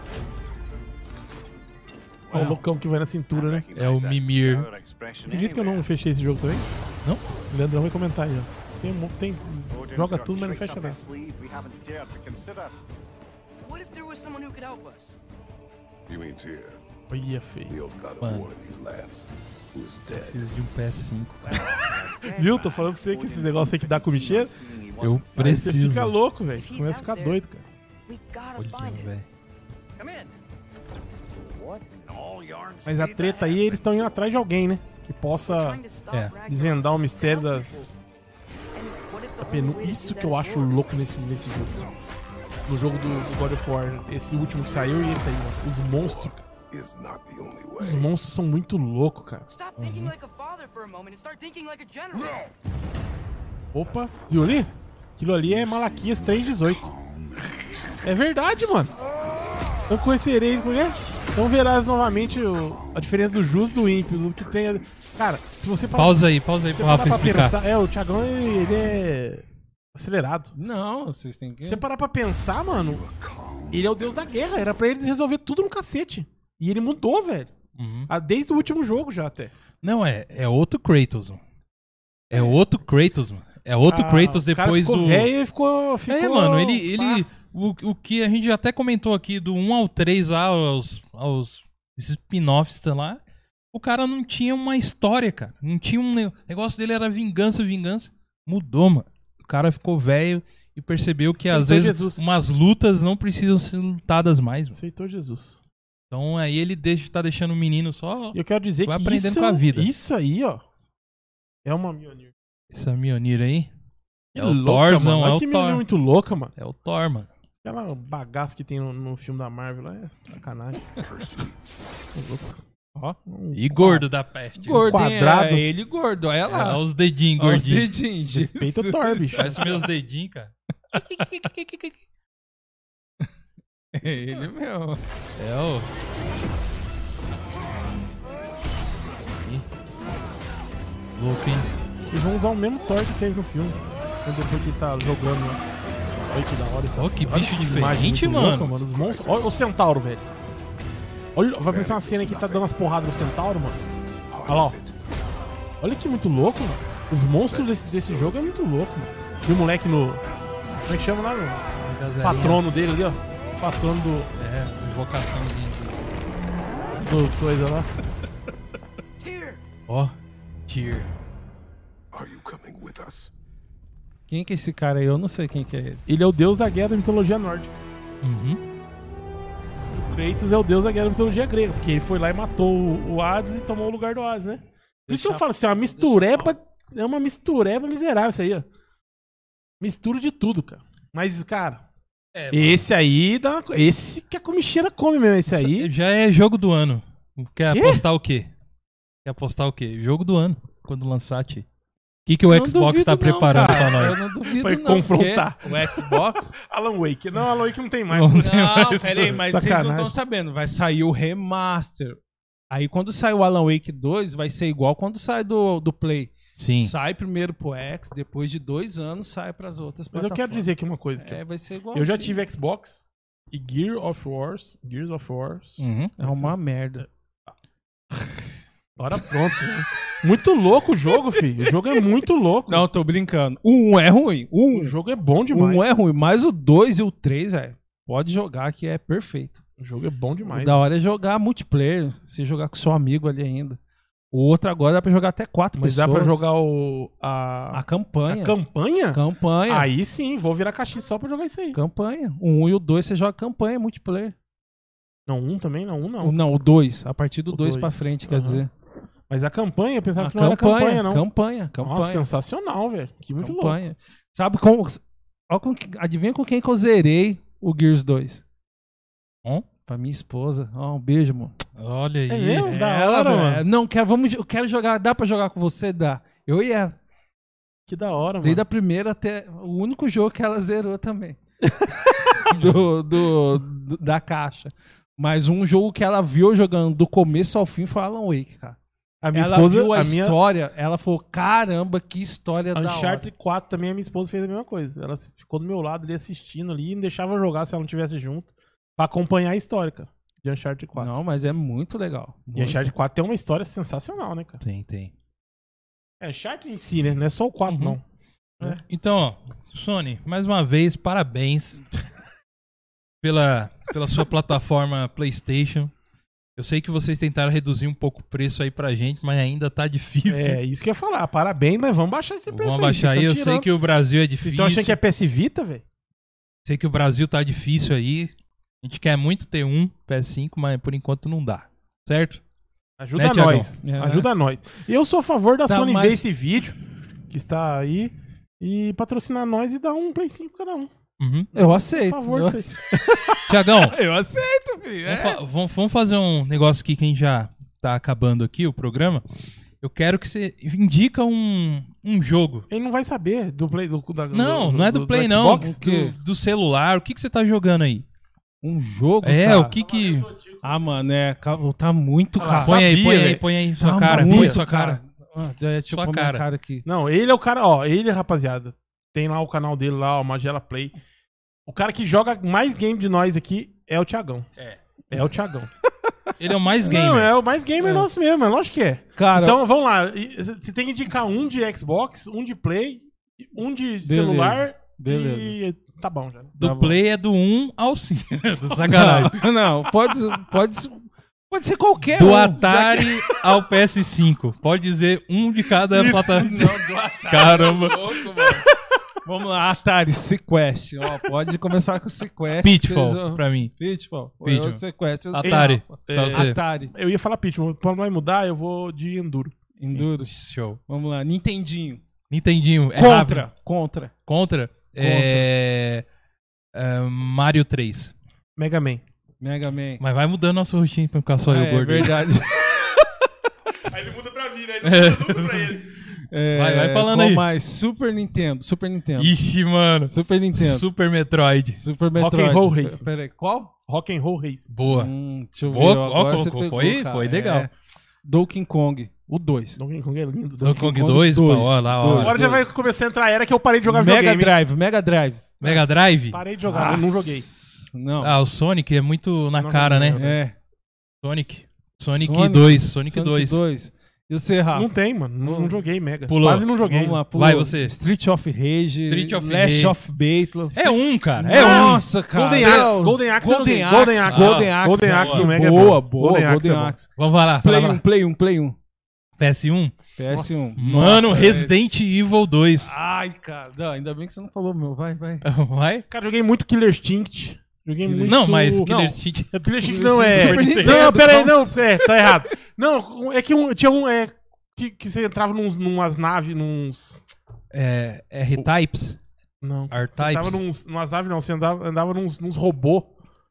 Olha o loucão que vai na cintura, né? É o Mimir. Acredito que eu não fechei esse jogo também. Não? O Leandrão vai comentar aí, ó. Joga tudo, mas não fecha nada. What if there was someone who could help us? You mean Tyr, Olha, feio. the old god of Mano. war in these lands, who is dead? Preciso de um PS5, cara. Viu? Tô falando pra você que esses negócios aí que dá com bicheiro. Eu Você preciso. fica louco, velho. Começa a ficar doido, cara. We gotta Olha, find him. velho. Mas a treta aí, eles estão indo atrás de alguém, né? Que possa Trying to stop É. Ragnarok. desvendar o mistério das... And what if the da penu... only way to Isso do que eu that is acho war? louco nesse jogo. No jogo do God of War. Esse último que saiu e esse aí, ó. Os monstros. Is not the only Os way. monstros são muito loucos, cara. Stop thinking like a father for a moment and start thinking like a general. Opa, viu ali? Aquilo ali é Malaquias 3:18. É verdade, mano. Não conhecerei, como é? Não verás novamente a diferença do justo e do ímpio, do que tem. Cara, se você parar, Pausa aí pro você Rafa parar pra explicar. pensar, o Thiagão ele é acelerado. Não, vocês têm que... Se você parar pra pensar, mano, ele é o deus da guerra. Era pra ele resolver tudo no cacete. E ele mudou, velho. Uhum. Desde o último jogo já até. Não, é outro Kratos, mano. É outro Kratos, mano. É outro Kratos o cara depois ficou do. velho e ficou. É, mano, pá. ele o que a gente já até comentou aqui, do 1 ao 3 lá, aos spin-offs lá, o cara não tinha uma história, cara. Não tinha um... O negócio dele era vingança. Mudou, mano. O cara ficou velho e percebeu que às Aceitou vezes Jesus. umas lutas não precisam ser lutadas mais, mano. Aceitou Jesus. Então aí ele tá deixando o menino só... E eu quero dizer Vai que aprendendo isso, com a vida. Isso aí, ó, é uma Mjolnir. Essa Mjolnir aí. Que É o louca, Thorzão, mano. é Olha o que Mjolnir Thor. muito louca, mano. É o Thor, mano. Aquela bagaça que tem no filme da Marvel lá é sacanagem. Ó, E gordo da peste. Gordo, quadrado. É ele gordo, olha lá. Olha os dedinhos Olha os gordinhos. dedinhos. Respeita o Thor, bicho. Parece meus dedinhos, cara. É ele mesmo. É o... Ih. Louco, hein? Eles vão usar o mesmo Thor que teve no filme. Depois que tá jogando lá. Olha que da hora essa. Ó, que olha bicho imagem diferente, muito mano. louca, Os monstros. Olha o Centauro, velho. Olha, vai pensar uma cena que tá dando umas porradas no Centauro, mano. Olha lá, ó. Olha que muito louco, mano. Os monstros desse jogo é muito louco, mano. E o moleque no... Como é que chama lá, meu? Patrono dele ali, ó. patrono Invocaçãozinha. do coisa lá. Ó, Tyr. Are you coming with us? Quem que é esse cara aí? Eu não sei quem que é ele. Ele é o deus da guerra da mitologia nórdica. Uhum. Kratos é o deus da guerra da mitologia grega, porque ele foi lá e matou o Hades e tomou o lugar do Hades, né? Por isso que eu falo assim, é uma mistureba miserável isso aí, ó. Mistura de tudo, cara. Mas, cara, esse aí, esse que a comicheira come mesmo, esse aí. Já é jogo do ano. Quer apostar o quê? Jogo do ano, quando lançar, Ti. O que o Eu não Xbox duvido tá não, preparando cara. pra nós? Eu não duvido Pra não. confrontar. porque O Xbox? Alan Wake. Não, Alan Wake não tem mais. Não tem Não, mais. peraí, mas vocês não Sacanagem. estão sabendo. Vai sair o remaster. Aí quando sair o Alan Wake 2, vai ser igual quando sai do Play. Sim. Sai primeiro pro X, depois de 2 anos sai pras outras Mas eu plataformas. quero dizer aqui uma coisa. Vai ser igual. Eu já tive Xbox e Gears of Wars. Uhum. É uma merda. Agora pronto. Né? Muito louco o jogo, filho. O jogo é muito louco. Não, tô brincando. O 1 é ruim. O jogo é bom O demais. 1 é ruim, mas o 2 e o 3, velho, pode jogar que é perfeito. O jogo é bom demais. O da hora é jogar multiplayer, você jogar com seu amigo ali ainda. O outro agora dá pra jogar até 4 Mas pessoas. dá pra jogar a a campanha. campanha? Campanha. Aí sim, vou virar caixinha só pra jogar isso aí. Campanha. O 1 e o 2 você joga campanha, multiplayer. Não, um também? Não, um não. Não, o 2. A partir do O 2 dois. pra frente, quer Aham. dizer. Mas a campanha, eu pensava A que não era campanha, não. Campanha. Nossa, sensacional, velho. Que muito louco. Campanha. Sabe como... Adivinha com quem que eu zerei o Gears 2? Pra minha esposa. Um beijo, mano. Olha aí. É mesmo? Da Ela, hora, velho. mano. Não, eu quero jogar. Dá pra jogar com você? Dá. Eu e ela. Que da hora, mano. Desde a primeira até o único jogo que ela zerou também. Da caixa. Mas um jogo que ela viu jogando do começo ao fim foi Alan Wake, cara. A minha Ela esposa, viu a minha história, ela falou, caramba, que história da hora. Uncharted 4 também, a minha esposa fez a mesma coisa. Ela ficou do meu lado ali assistindo ali e não deixava eu jogar se ela não estivesse junto. Pra acompanhar a história, cara. De Uncharted 4. Não, mas é muito legal. E Uncharted 4 tem uma história sensacional, né, cara? Tem. É, Uncharted em si, né? Não é só o 4, Uhum. não. Então, ó, Sony, mais uma vez, parabéns pela sua plataforma PlayStation. Eu sei que vocês tentaram reduzir um pouco o preço aí pra gente, mas ainda tá difícil. É, isso que eu ia falar. Parabéns, mas vamos baixar esse preço Vamos baixar aí, eu sei que o Brasil é Vocês difícil. estão achando que é PS Vita, velho? Sei que o Brasil tá difícil aí. A gente quer muito ter um PS5, mas por enquanto não dá. Certo? Ajuda Né, Thiagão? nós. É. Ajuda nós. Eu sou a favor da Tá, Sony mas- ver esse vídeo que está aí e patrocinar nós e dar um Play 5 cada um. Uhum. Eu aceito. Por favor, eu, vocês. Tiagão, eu aceito, filho. vamos fazer um negócio aqui que a gente já tá acabando aqui, o programa. Eu quero que você indica um jogo. Ele não vai saber do Play Não é do Play, não. Xbox? Do celular. O que você tá jogando aí? Um jogo, É, cara. o que. Ah, mano, tá muito caro. Põe aí sua Tá cara. muito Põe sua cara. Deixa eu Sua pôr minha cara. cara aqui. Não, ele é o cara, ó, ele, rapaziada, tem lá o canal dele lá, o Magela Play. O cara que joga mais game de nós aqui é o Thiagão. É o Thiagão. Ele é o mais gamer. Não, é o mais gamer nosso mesmo, é lógico que é. Cara, Então, vamos lá. Você tem que indicar um de Xbox, um de Play, um de celular beleza. e tá bom já. Do tá bom. Play é do 1 ao 5. Do sacanagem. não, pode ser qualquer Do um. Atari ao PS5. Pode dizer um de cada plataforma. Não, do Atari. Caramba. Louco, mano. Vamos lá, Atari, Sequest. Ó, pode começar com o Sequest. Pitfall, pra mim. Pitfall. Pitfall. Sequest. eu sei. Atari. Pra você. Atari. Eu ia falar Pitch, pra não mudar, eu vou de Enduro. Enduro. Show. Vamos lá, Nintendinho. Nintendinho. É Contra. rápido. Contra. Contra? Mario 3. Mega Man. Mega Man. Mas vai mudando nosso rotina pra ficar só eu É gordo. verdade. Aí ele muda pra mim, né? Ele muda tudo pra ele. Vai falando qual aí. mais? Super Nintendo. Ixi, mano. Super Nintendo. Super Metroid. Super Metroid. Rock'n'Roll Race. Peraí, qual? Rock'n'Roll Race. Boa. Deixa eu ver. Boa, Agora ó, você pegou, foi cara. legal. Donkey Kong. O 2. Donkey Kong é lindo. Donkey Kong Kong 2, dois. ó lá, ó. Agora já vai começar a entrar a era que eu parei de jogar Mega videogame. Drive. Mega Drive? Parei de jogar, eu não joguei. Não. Ah, o Sonic é muito na Não cara, joguei, né? É. Sonic 2. Sonic 2. 2. E você, Rafa? Não tem, mano. Não joguei Mega. Pulou. Quase não joguei. Vamos lá, pulou. Vai você. Street of Rage, Street of Last Rage. of Battle. É um, cara. É um. Nossa, cara. Golden Axe. Golden Axe. eu joguei. Golden Axe. Golden Axe do Mega é boa, bom. boa, Golden Axe Golden é bom. Axe. Vamos lá. Play 1. PS1. PS1. Mano, Nossa, Resident Evil 2. Ai, cara. Não, ainda bem que você não falou, meu. Vai. Vai? Cara, joguei muito Killer Instinct. Joguei muito... Não, mas Não. Killer Instinct é Killer Instinct Killer não é... Instinct Super Nintendo, Não, pera aí, não. Tá errado. Não, é que tinha um... Que você entrava numas naves, É R-Types? Não. Você R-Types? tava numas naves, não. Você andava nos robôs.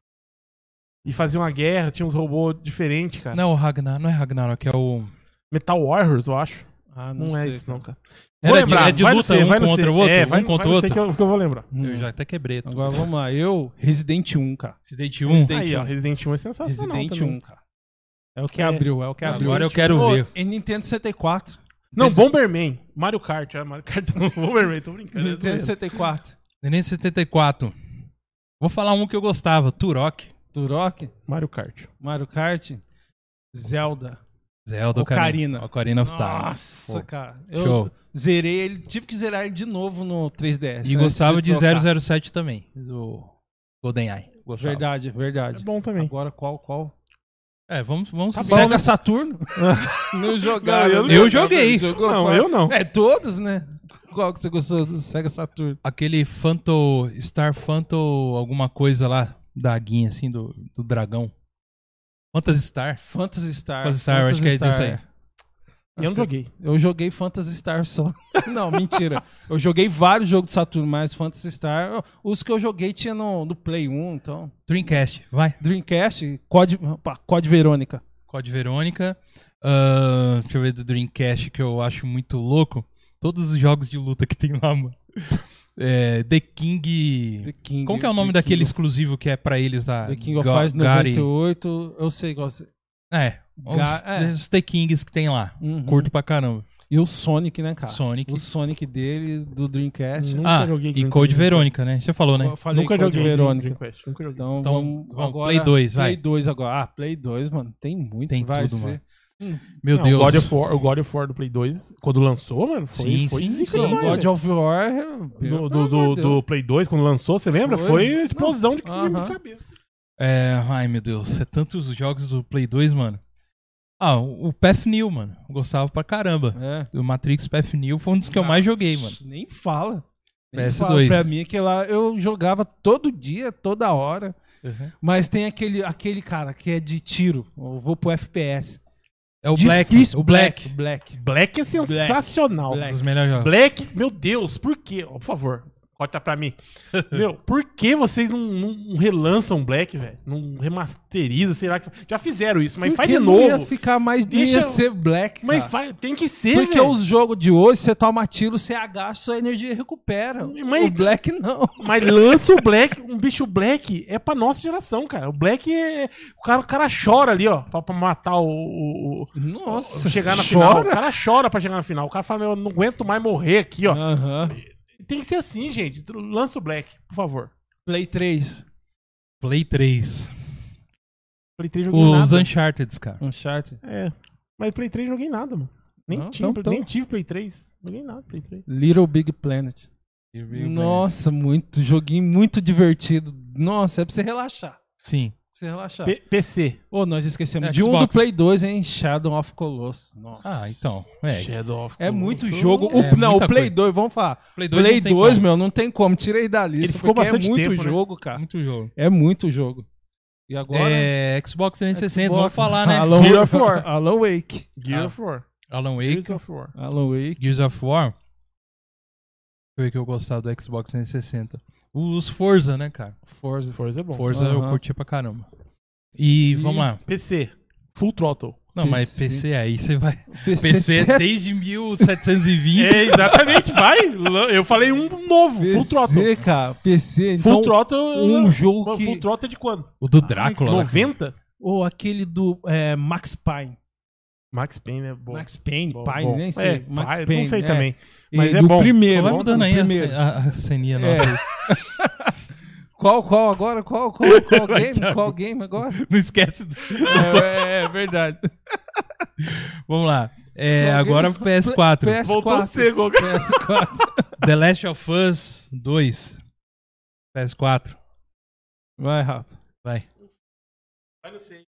E fazia uma guerra, tinha uns robôs diferentes, cara. Não, não é Ragnarok, é o... Metal Warriors, eu acho. Ah, Não sei, é isso, não, cara. É de vai no luta, C, um vai no contra C. o outro? É, Um vai contra o no C outro? que eu vou lembrar. Eu já até quebrei. Agora vamos lá. Resident 1, cara. Resident 1. Resident Aí, ó, 1. Resident 1 é sensacional Resident também. 1, cara. É o que abriu, Agora eu quero Ô, ver. em Nintendo 64. Não, Bomberman. Mario Kart. Mario Kart não, Bomberman, tô brincando. Nintendo 64. Nintendo 74. Vou falar um que eu gostava. Turok. Mario Kart. Mario Kart. Zelda. Ocarina. Ocarina of Time. Nossa, cara. Show. Eu zerei ele, tive que zerar ele de novo no 3DS. E gostava de trocar. 007 também. Do GoldenEye. Gostava. Verdade. É bom também. Agora qual? É, vamos Tá seguir. bom, Sega né? Saturno? Não jogaram. Não, eu joguei. Jogou Não, qual? eu não. É, todos, né? Qual que você gostou do Sega Saturno? Aquele Star Phantom, alguma coisa lá, da aguinha, assim, do dragão. Phantasy Star. Phantasy Star. Phantasy Star, eu acho que é isso aí. Eu não joguei. Eu joguei Phantasy Star só. Não, mentira. Eu joguei vários jogos de Saturno, mas Phantasy Star... Os que eu joguei tinha no Play 1, então... Dreamcast, vai. Dreamcast, Code Verônica. Code Verônica. Deixa eu ver do Dreamcast que eu acho muito louco. Todos os jogos de luta que tem lá, mano. The King... Como que é o nome daquele exclusivo que é pra eles da... The King of Fighters 98, eu sei qual você... Os The Kings que tem lá. Uhum. Curto pra caramba. E o Sonic, né, cara? Sonic. O Sonic dele, do Dreamcast. Nunca joguei E Code Verônica, né? Você falou, né? Eu falei Nunca Code joguei Verônica. Dreamcast, nunca joguei. Então Vamos, agora, Play 2, vai. Play 2 agora. Play 2, mano. Tem muito. Tem vai tudo, ser. mano. Meu Não, Deus. O God of War do Play 2, quando lançou, mano, foi Sim, zica sim. demais, God velho. of War... Do Play 2, quando lançou, você lembra? Foi. Foi explosão de Aham. cabeça. Ai, meu Deus. É tantos jogos do Play 2, mano. O Path New, mano. Eu gostava pra caramba. É. O Matrix Path New foi um dos que eu mais joguei, mano. Nem fala. PS2. Pra mim, que lá eu jogava todo dia, toda hora. Uhum. Mas tem aquele cara que é de tiro. Eu vou pro FPS. É o Black. Difícil, O Black. Black é sensacional. Um dos melhores jogos. Black, meu Deus, por quê? Ó, por favor, corta pra mim. Meu, por que vocês não relançam Black, velho? Não remasterizam, sei lá. Já fizeram isso, mas faz de Não ia novo. ficar mais... Deixa- Não ia ser Black, Mas cara. tem que ser, Porque velho. os jogos de hoje, você toma tiro, você agacha, sua energia recupera. Mas- O Black não. Mas lança o Black, um bicho Black é pra nossa geração, cara. O Black é... O cara chora ali, ó, pra matar Nossa, chegar na final. O chora? cara chora pra chegar na final. O cara fala, meu, eu não aguento mais morrer aqui, ó. Aham. Tem que ser assim, gente. Lança o Black, por favor. Play 3. Play 3. Play 3 joguei Os nada. Uncharted, cara. Uncharted. É. Mas Play 3 joguei nada, mano. Nem, Não, tive, então. nem tive Play 3. Joguei nada Play 3. Little Big Planet. Nossa, muito. Joguinho muito divertido. Nossa, é pra você relaxar. Sim. Pra você relaxar. PC. Ô, nós esquecemos É, de um Xbox. do Play 2, hein? Shadow of Colossus. Nossa. Então. Shadow of É muito Colossus. jogo. É Não, muita o Play coisa. 2, vamos falar. Play Play não tem 2, como. meu, não tem como. Tirei da lista. Ele ficou porque bastante é muito tempo, né? jogo, cara. Muito jogo. É muito jogo. E agora... Xbox 360, Xbox, vamos falar, né? Alan, Gears of War. Alan Wake. Gears of War. Alan Gears Wake. of War. Alan Wake. Gears of War. Foi que eu gostava do Xbox 360. Os Forza, né, cara? Forza. Forza é bom. Forza eu Aham. curtia pra caramba. E vamos lá. PC. Full Throttle. Não, mas PC. PC aí você vai. PC é desde 1720. É, exatamente, vai. Eu falei um novo, Full Throttle. PC, cara. PC. Full Então, Throttle. um jogo Mano, que... Full Throttle é de quanto? O do Drácula. né, 90? Ou aquele do Max Payne. Max Payne é bom. Max Payne, Bom, Payne, bom. nem sei. É, Max Payne, Payne. não sei é. também. E Mas é do bom. primeiro. Vai mudando aí primeiro. a ceninha nossa. aí. Qual agora? Qual game? Qual game agora? Não esquece. É verdade. Vamos lá. Agora PS4. PS4. Voltou a ser, Goga. PS4. The Last of Us 2. PS4. Vai, Rafa. Vai. Vai no sei.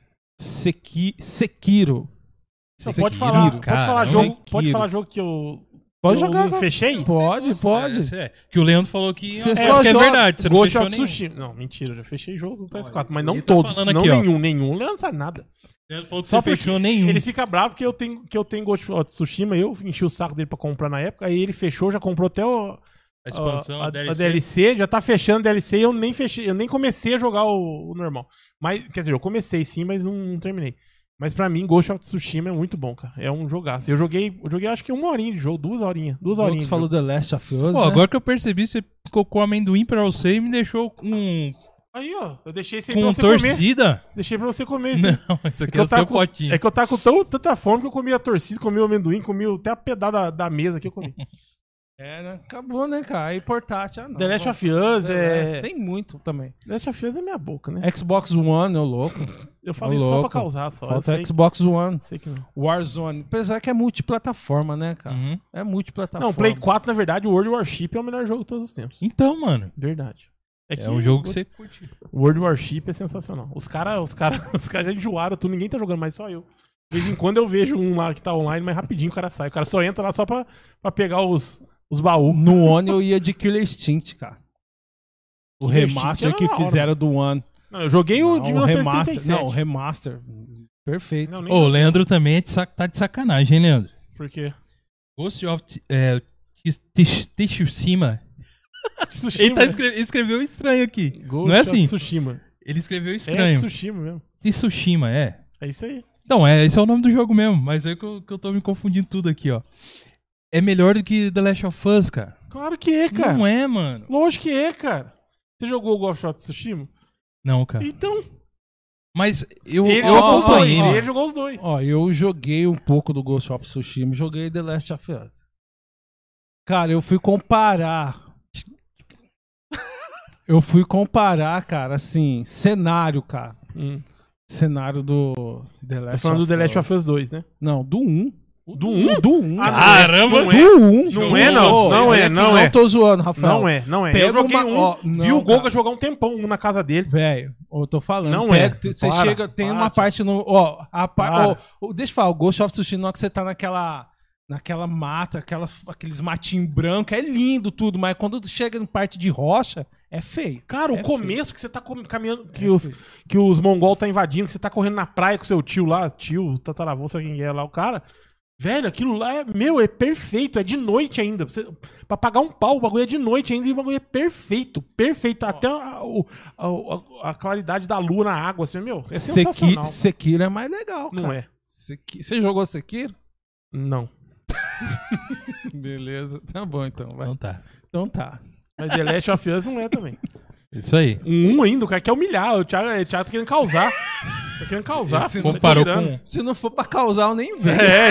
Sekiro. Não, pode falar, cara, pode falar jogo que eu... Pode eu jogar. não fechei? Pode. Que o Leandro falou que... Você acho só que é joga verdade. Você não Ghost fechou of nenhum. Tsushima. Não, mentira, eu já fechei jogos do PS4, mas não ele tá todos. falando Não aqui, ó. nenhum. O Leandro não sabe nada. O Leandro falou que Só você fechou porque nenhum. Ele fica bravo porque eu tenho Ghost of Tsushima, eu enchi o saco dele pra comprar na época, aí ele fechou, já comprou até A expansão, a DLC. DLC, já tá fechando a DLC e eu nem fechei, eu nem comecei a jogar o normal. Mas, quer dizer, eu comecei sim, mas não terminei. Mas pra mim, Ghost of Tsushima é muito bom, cara. É um jogaço. Eu joguei acho que 1 horinha de jogo, 2 horinhas. 2 horinhas. Você falou The Last of Us, Pô, né? agora que eu percebi, você colocou amendoim pra você e me deixou com Aí, ó, eu deixei isso aí pra você torcida. comer. Deixei pra você comer isso. Não, isso aqui é o seu potinho. É que eu tava com tanta fome que eu comi a torcida, comi o amendoim, comi até a pedada da mesa que eu comi. Né? Acabou, né, cara? Aí portátil, não. The Last of Us Tem muito também. The Last of Us é minha boca, né? Xbox One, ô louco. Eu falei Ô, só pra louco. causar, só. Falta eu sei, Xbox One. sei que não. Warzone. Apesar que é multiplataforma, né, cara? Uhum. É multiplataforma. Não, Play 4, na verdade, o World Warship é o melhor jogo de todos os tempos. Então, mano, Verdade. é um jogo que você curte. O World Warship é sensacional. Os caras já enjoaram tudo, ninguém tá jogando mais, só eu. De vez em quando eu vejo um lá que tá online, mas rapidinho o cara sai. O cara só entra lá só pra pegar os baús. No One eu ia de Killer Instinct, cara. O Killer remaster Instinct que era da hora. fizeram do One. Não, eu joguei o de Não, 1937. Não, o remaster. Perfeito. Não, nem Ô, o Leandro também tá de sacanagem, hein, Leandro? Por quê? Ghost of Tsushima. Ele tá escreveu estranho aqui. Ghost não é of assim? Tsushima. Ele escreveu É estranho. Tsushima mesmo. Tsushima, é. É isso aí. Então, esse é o nome do jogo mesmo, mas é que eu tô me confundindo tudo aqui, ó. É melhor do que The Last of Us, cara. Claro que é, cara. Não é, mano. Lógico que é, cara. Você jogou o Ghost of Tsushima? Não, cara. Então, Mas eu ele eu jogou os dois. acompanhei, mano. Ele jogou os dois. Ó, eu joguei um pouco do Ghost of Tsushima e joguei The Last of Us. Cara, eu fui comparar, cara, assim, cenário, cara. Cenário do The Last Tá falando do The Last of Us 2, né? Não, do 1. Do 1? Do 1. Ah, Caramba! não é. Do 1. Não é, não. Não é, não é. Não tô zoando, Rafael. Não é. Pega Eu joguei uma- ó, vi não, o Goga cara. jogar um tempão na casa dele. Velho, eu tô falando. Não pega, é. Você Para, chega, tem para, uma tio. parte no. Ó, Para. deixa eu falar, o Ghost of Tsushima, na hora que você tá naquela mata, aqueles matinhos brancos, é lindo tudo, mas quando chega em parte de rocha, é feio. Cara, É o começo que você tá caminhando, feio. que os mongol tá invadindo, que você tá correndo na praia com seu tio lá, tataravô, sabe quem é lá, o cara. Velho, aquilo lá é perfeito, é de noite ainda. Pra pagar um pau, o bagulho é de noite ainda e o bagulho é perfeito. Perfeito. Até a claridade da lua na água, assim, meu, é sensacional. Sekiro é mais legal, cara. Não é. Você jogou Sekiro? Não. Beleza, tá bom então, vai. Então tá. Mas The Last of Us não é também. Isso aí. Ainda, o cara quer humilhar. O Thiago tá querendo causar. Tá querendo causar. Esse filho, Comparou tá tirando. com... Se não for pra causar, eu nem vejo. É,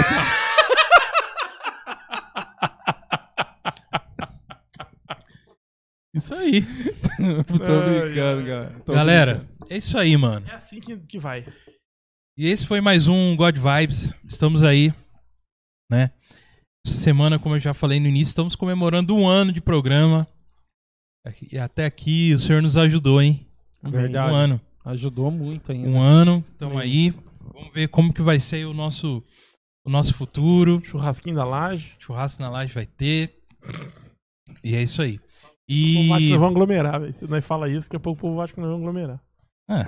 Isso aí. Tô brincando, cara. Galera, é isso aí, mano. é assim que vai. E esse foi mais um God Vibes. Estamos aí, né? Essa semana, como eu já falei no início, estamos comemorando 1 ano de programa. E até aqui o senhor nos ajudou, hein? Verdade. 1 ano. Ajudou muito ainda. 1 ano, estamos aí. Vamos ver como que vai ser o nosso futuro. Churrasquinho da laje. Churrasco na laje vai ter. E é isso aí. O povo acha que E... nós vamos aglomerar, velho. Se nós fala isso, daqui a pouco o povo acha que nós vamos aglomerar. Ah,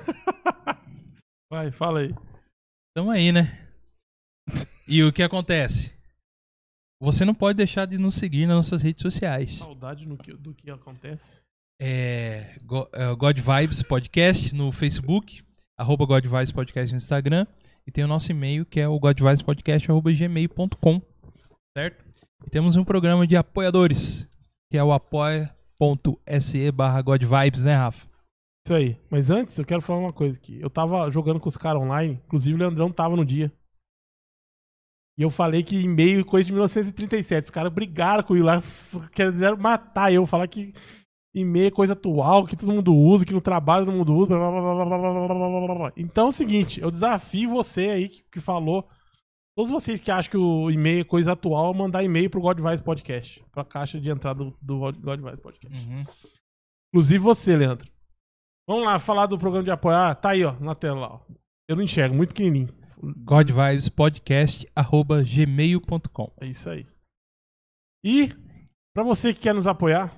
Vai, fala aí. tamo aí, né? E o que acontece? Você não pode deixar de nos seguir nas nossas redes sociais. Saudade do que acontece. God Vibes Podcast no Facebook, @God Vibes Podcast no Instagram, e tem o nosso e-mail que é o godvibespodcast@gmail.com, certo? E temos um programa de apoiadores, que é o apoia.se/godvibes, né, Rafa? Isso aí. Mas antes, eu quero falar uma coisa aqui. Eu tava jogando com os caras online, inclusive o Leandrão tava no dia. E eu falei que e-mail coisa de 1937. Os caras brigaram com ele lá, quiseram matar eu, falar que e-mail é coisa atual, que todo mundo usa, que no trabalho todo mundo usa. Blá, blá, blá, blá, blá, blá, blá, blá. Então é o seguinte, eu desafio você aí que falou Todos vocês que acham que o e-mail é coisa atual, mandar e-mail pro God Vibes Podcast. Pra caixa de entrada do God Vibes Podcast. Inclusive você, Leandro. Vamos lá, falar do programa de apoio. Ah, tá aí, ó, na tela lá. Ó. Eu não enxergo, muito pequenininho. godvibespodcast@gmail.com. É isso aí. E, pra você que quer nos apoiar,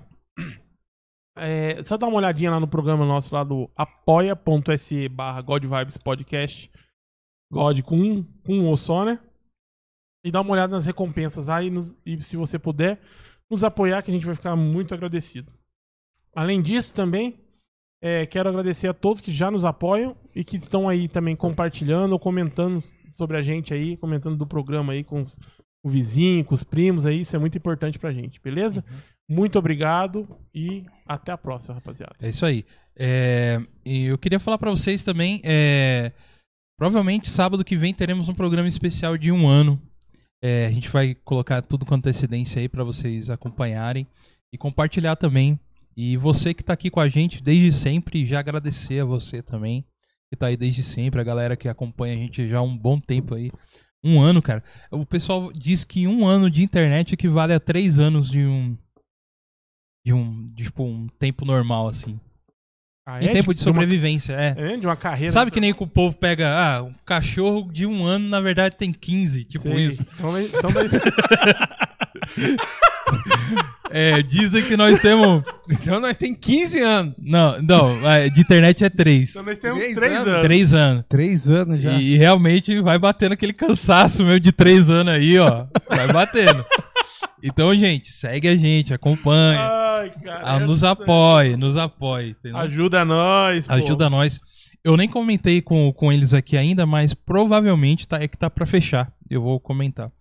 só dá uma olhadinha lá no programa nosso, lá do apoia.se/godvibespodcast. God com um ou só, né? E dá uma olhada nas recompensas lá e se você puder nos apoiar, que a gente vai ficar muito agradecido. Além disso, também, quero agradecer a todos que já nos apoiam e que estão aí também compartilhando ou comentando sobre a gente aí, comentando do programa aí com o vizinho, com os primos aí. Isso é muito importante pra gente, beleza? Muito obrigado e até a próxima, rapaziada. É isso aí. E eu queria falar pra vocês também, provavelmente sábado que vem teremos um programa especial de 1 ano. A gente vai colocar tudo com antecedência aí pra vocês acompanharem e compartilhar também. E você que tá aqui com a gente desde sempre, já agradecer a você também, que tá aí desde sempre, a galera que acompanha a gente já há um bom tempo aí. 1 ano, cara. O pessoal diz que 1 ano de internet equivale a 3 anos de tipo, um tempo normal, assim. Em tempo de sobrevivência, de uma carreira. Sabe que nem que o povo pega, um cachorro de 1 ano, na verdade tem 15, tipo Sei. isso. Então daí... Dizem que nós temos... Então nós temos 15 anos. Não, de internet é 3. Então nós temos 3 3 anos. 3 anos. 3 anos já. E realmente vai batendo aquele cansaço meu de 3 anos aí, ó. Vai batendo. Então, gente, segue a gente, acompanha. Ai, cara, nos apoie. Entendeu? Ajuda nós, pô. Ajuda nós. Eu nem comentei com eles aqui ainda, mas provavelmente que tá pra fechar. Eu vou comentar.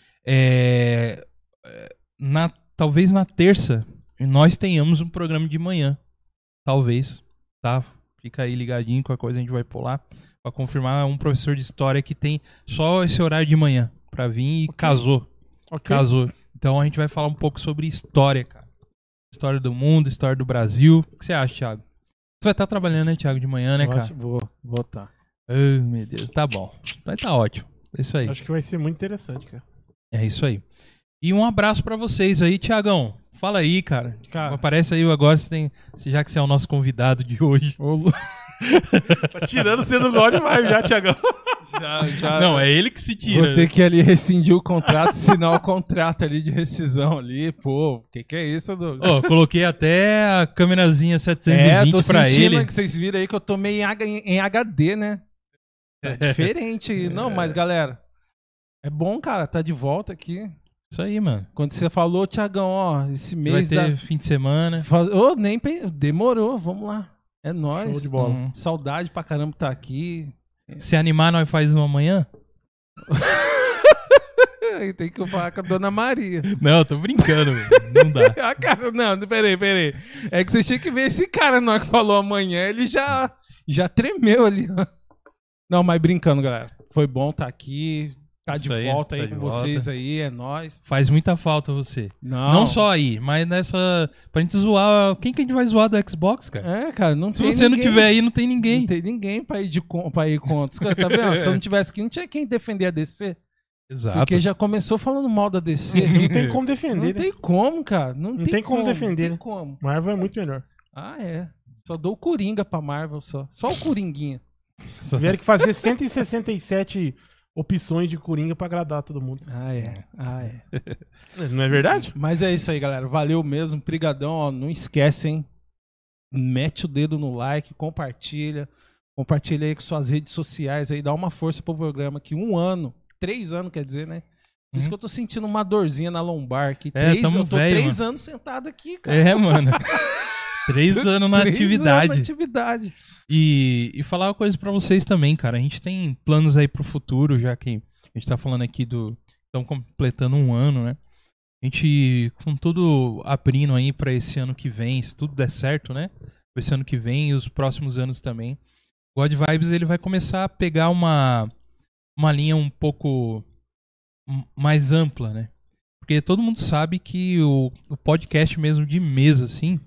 Talvez na terça nós tenhamos um programa de manhã. Talvez, tá? Fica aí ligadinho, qualquer coisa a gente vai pular pra confirmar. Um professor de história que tem só esse horário de manhã pra vir e casou. Casou. Então a gente vai falar um pouco sobre história, cara. História do mundo, história do Brasil. O que você acha, Thiago? Você vai estar trabalhando, né, Thiago, de manhã, né, cara? Vou estar. Ai, meu Deus, tá bom. Então tá ótimo. É isso aí. Acho que vai ser muito interessante, cara. É isso aí. E um abraço pra vocês aí, Thiagão. Fala aí, cara. Aparece aí agora, já que você é o nosso convidado de hoje. Tá tirando você do God Vibe já, Thiagão. Já. Não, é ele que se tira. Vou ter que ali rescindir o contrato, assinar o contrato ali de rescisão ali. Pô, o que é isso, Douglas? Coloquei até a câmerazinha 720 tô pra ele. Que vocês viram aí que eu tô meio em HD, né? Tá diferente. Não, mas galera, é bom, cara, tá de volta aqui. Isso aí, mano. Quando você falou, Thiagão, ó, esse mês vai ter fim de semana. Demorou, vamos lá. É nóis. Show de bola. Saudade pra caramba tá aqui. Se animar, nós faz uma amanhã? Aí tem que falar com a Dona Maria. Não, tô brincando, velho. Não dá. Cara, não, peraí. É que você tinha que ver esse cara na hora que falou amanhã, ele já tremeu ali. Não, mas brincando, galera. Foi bom tá aqui. Tá de volta aí com vocês aí, é nóis. Faz muita falta você. Não só aí, mas nessa... Pra gente zoar... Quem que a gente vai zoar do Xbox, cara? Cara, não Se tem você ninguém. não tiver aí, não tem ninguém. Não tem ninguém pra ir contra. Tá vendo? Se eu não tivesse aqui, não tinha quem defender a DC. Exato. Porque já começou falando mal da DC. Não tem como defender, Não tem como, cara. Não tem como defender. Não tem como. Marvel é muito melhor. Só dou o Coringa pra Marvel, só. Só o Coringuinha. Tiveram que fazer 167 opções de Coringa pra agradar todo mundo. Não é verdade? Mas é isso aí, galera. Valeu mesmo. Brigadão, ó. Não esquece, hein? Mete o dedo no like, compartilha. Compartilha aí com suas redes sociais aí. Dá uma força pro programa que 1 ano, 3 anos, quer dizer, né? Por isso que eu tô sentindo uma dorzinha na lombar aqui. Eu tô 3 anos sentado aqui, cara. Mano. 3 anos na atividade. E falar uma coisa pra vocês também, cara. A gente tem planos aí pro futuro, já que a gente tá falando aqui estamos completando 1 ano, né? A gente, com tudo abrindo aí pra esse ano que vem, se tudo der certo, né? Esse ano que vem e os próximos anos também. O God Vibes, ele vai começar a pegar uma linha um pouco mais ampla, né? Porque todo mundo sabe que o podcast mesmo de mesa, assim,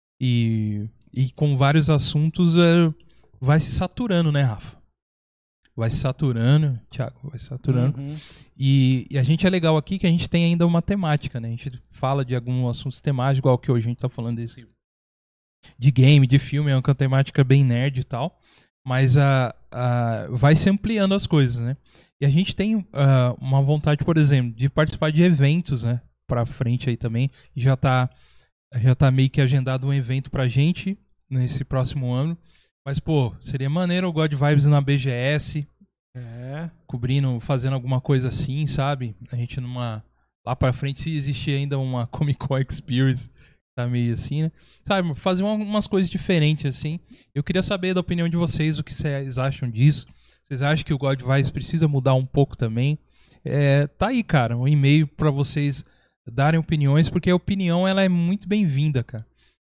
e com vários assuntos vai se saturando, né, Rafa? vai se saturando, Thiago, vai se saturando. Uhum. E a gente é legal aqui que a gente tem ainda uma temática, né? A gente fala de alguns assuntos temáticos, igual que hoje a gente tá falando desse de game, de filme, é uma temática bem nerd e tal. Mas vai se ampliando as coisas, né? E a gente tem uma vontade, por exemplo, de participar de eventos, né? Pra frente aí também. Já tá meio que agendado um evento pra gente nesse próximo ano. Mas, pô, seria maneiro o God Vibes na BGS. Cobrindo, fazendo alguma coisa assim, sabe? A gente lá pra frente, se existir ainda uma Comic Con Experience, tá meio assim, né? Sabe, fazer umas coisas diferentes, assim. Eu queria saber da opinião de vocês, o que vocês acham disso. Vocês acham que o God Vibes precisa mudar um pouco também? Tá aí, cara, um e-mail pra vocês darem opiniões, porque a opinião, ela é muito bem-vinda, cara.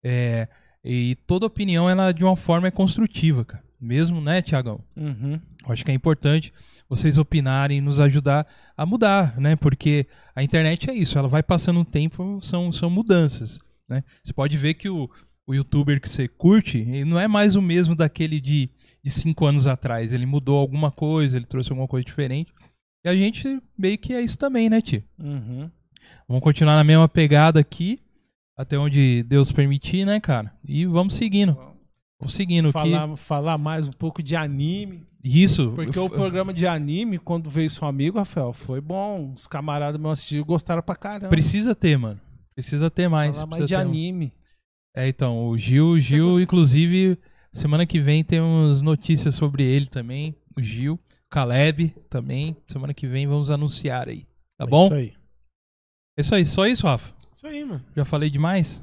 E toda opinião, ela de uma forma é construtiva, cara. Mesmo, né, Thiagão? Uhum. Eu acho que é importante vocês opinarem e nos ajudar a mudar, né? Porque a internet é isso, ela vai passando um tempo, são mudanças, né? Você pode ver que o youtuber que você curte, ele não é mais o mesmo daquele de 5 anos atrás. Ele mudou alguma coisa, ele trouxe alguma coisa diferente. E a gente meio que é isso também, né, tio? Uhum. Vamos continuar na mesma pegada aqui, até onde Deus permitir, né, cara? E vamos seguindo. Vamos seguindo. Falar mais um pouco de anime. Isso. Porque o programa de anime, quando veio seu amigo, Rafael, foi bom. Os camaradas meus assistiram e gostaram pra caramba. Precisa ter, mano. Precisa ter mais. Falar mais de anime. Então, o Gil, inclusive, semana que vem temos notícias sobre ele também. O Gil. Caleb também. Semana que vem vamos anunciar aí. Tá bom? Isso aí. É isso aí. Só isso, Rafa? Isso aí, mano. Já falei demais?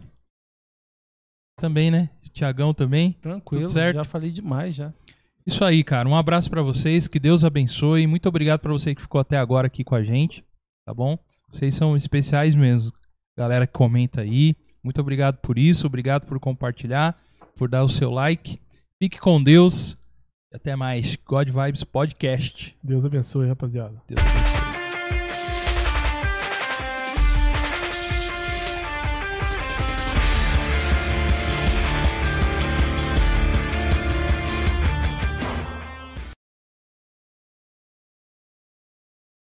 Também, né? Thiagão também. Tranquilo, tudo certo? Já falei demais, já. Isso aí, cara. Um abraço pra vocês. Que Deus abençoe. Muito obrigado pra você que ficou até agora aqui com a gente. Tá bom? Vocês são especiais mesmo. Galera que comenta aí. Muito obrigado por isso. Obrigado por compartilhar. Por dar o seu like. Fique com Deus. E até mais. God Vibes Podcast. Deus abençoe, rapaziada. Deus abençoe.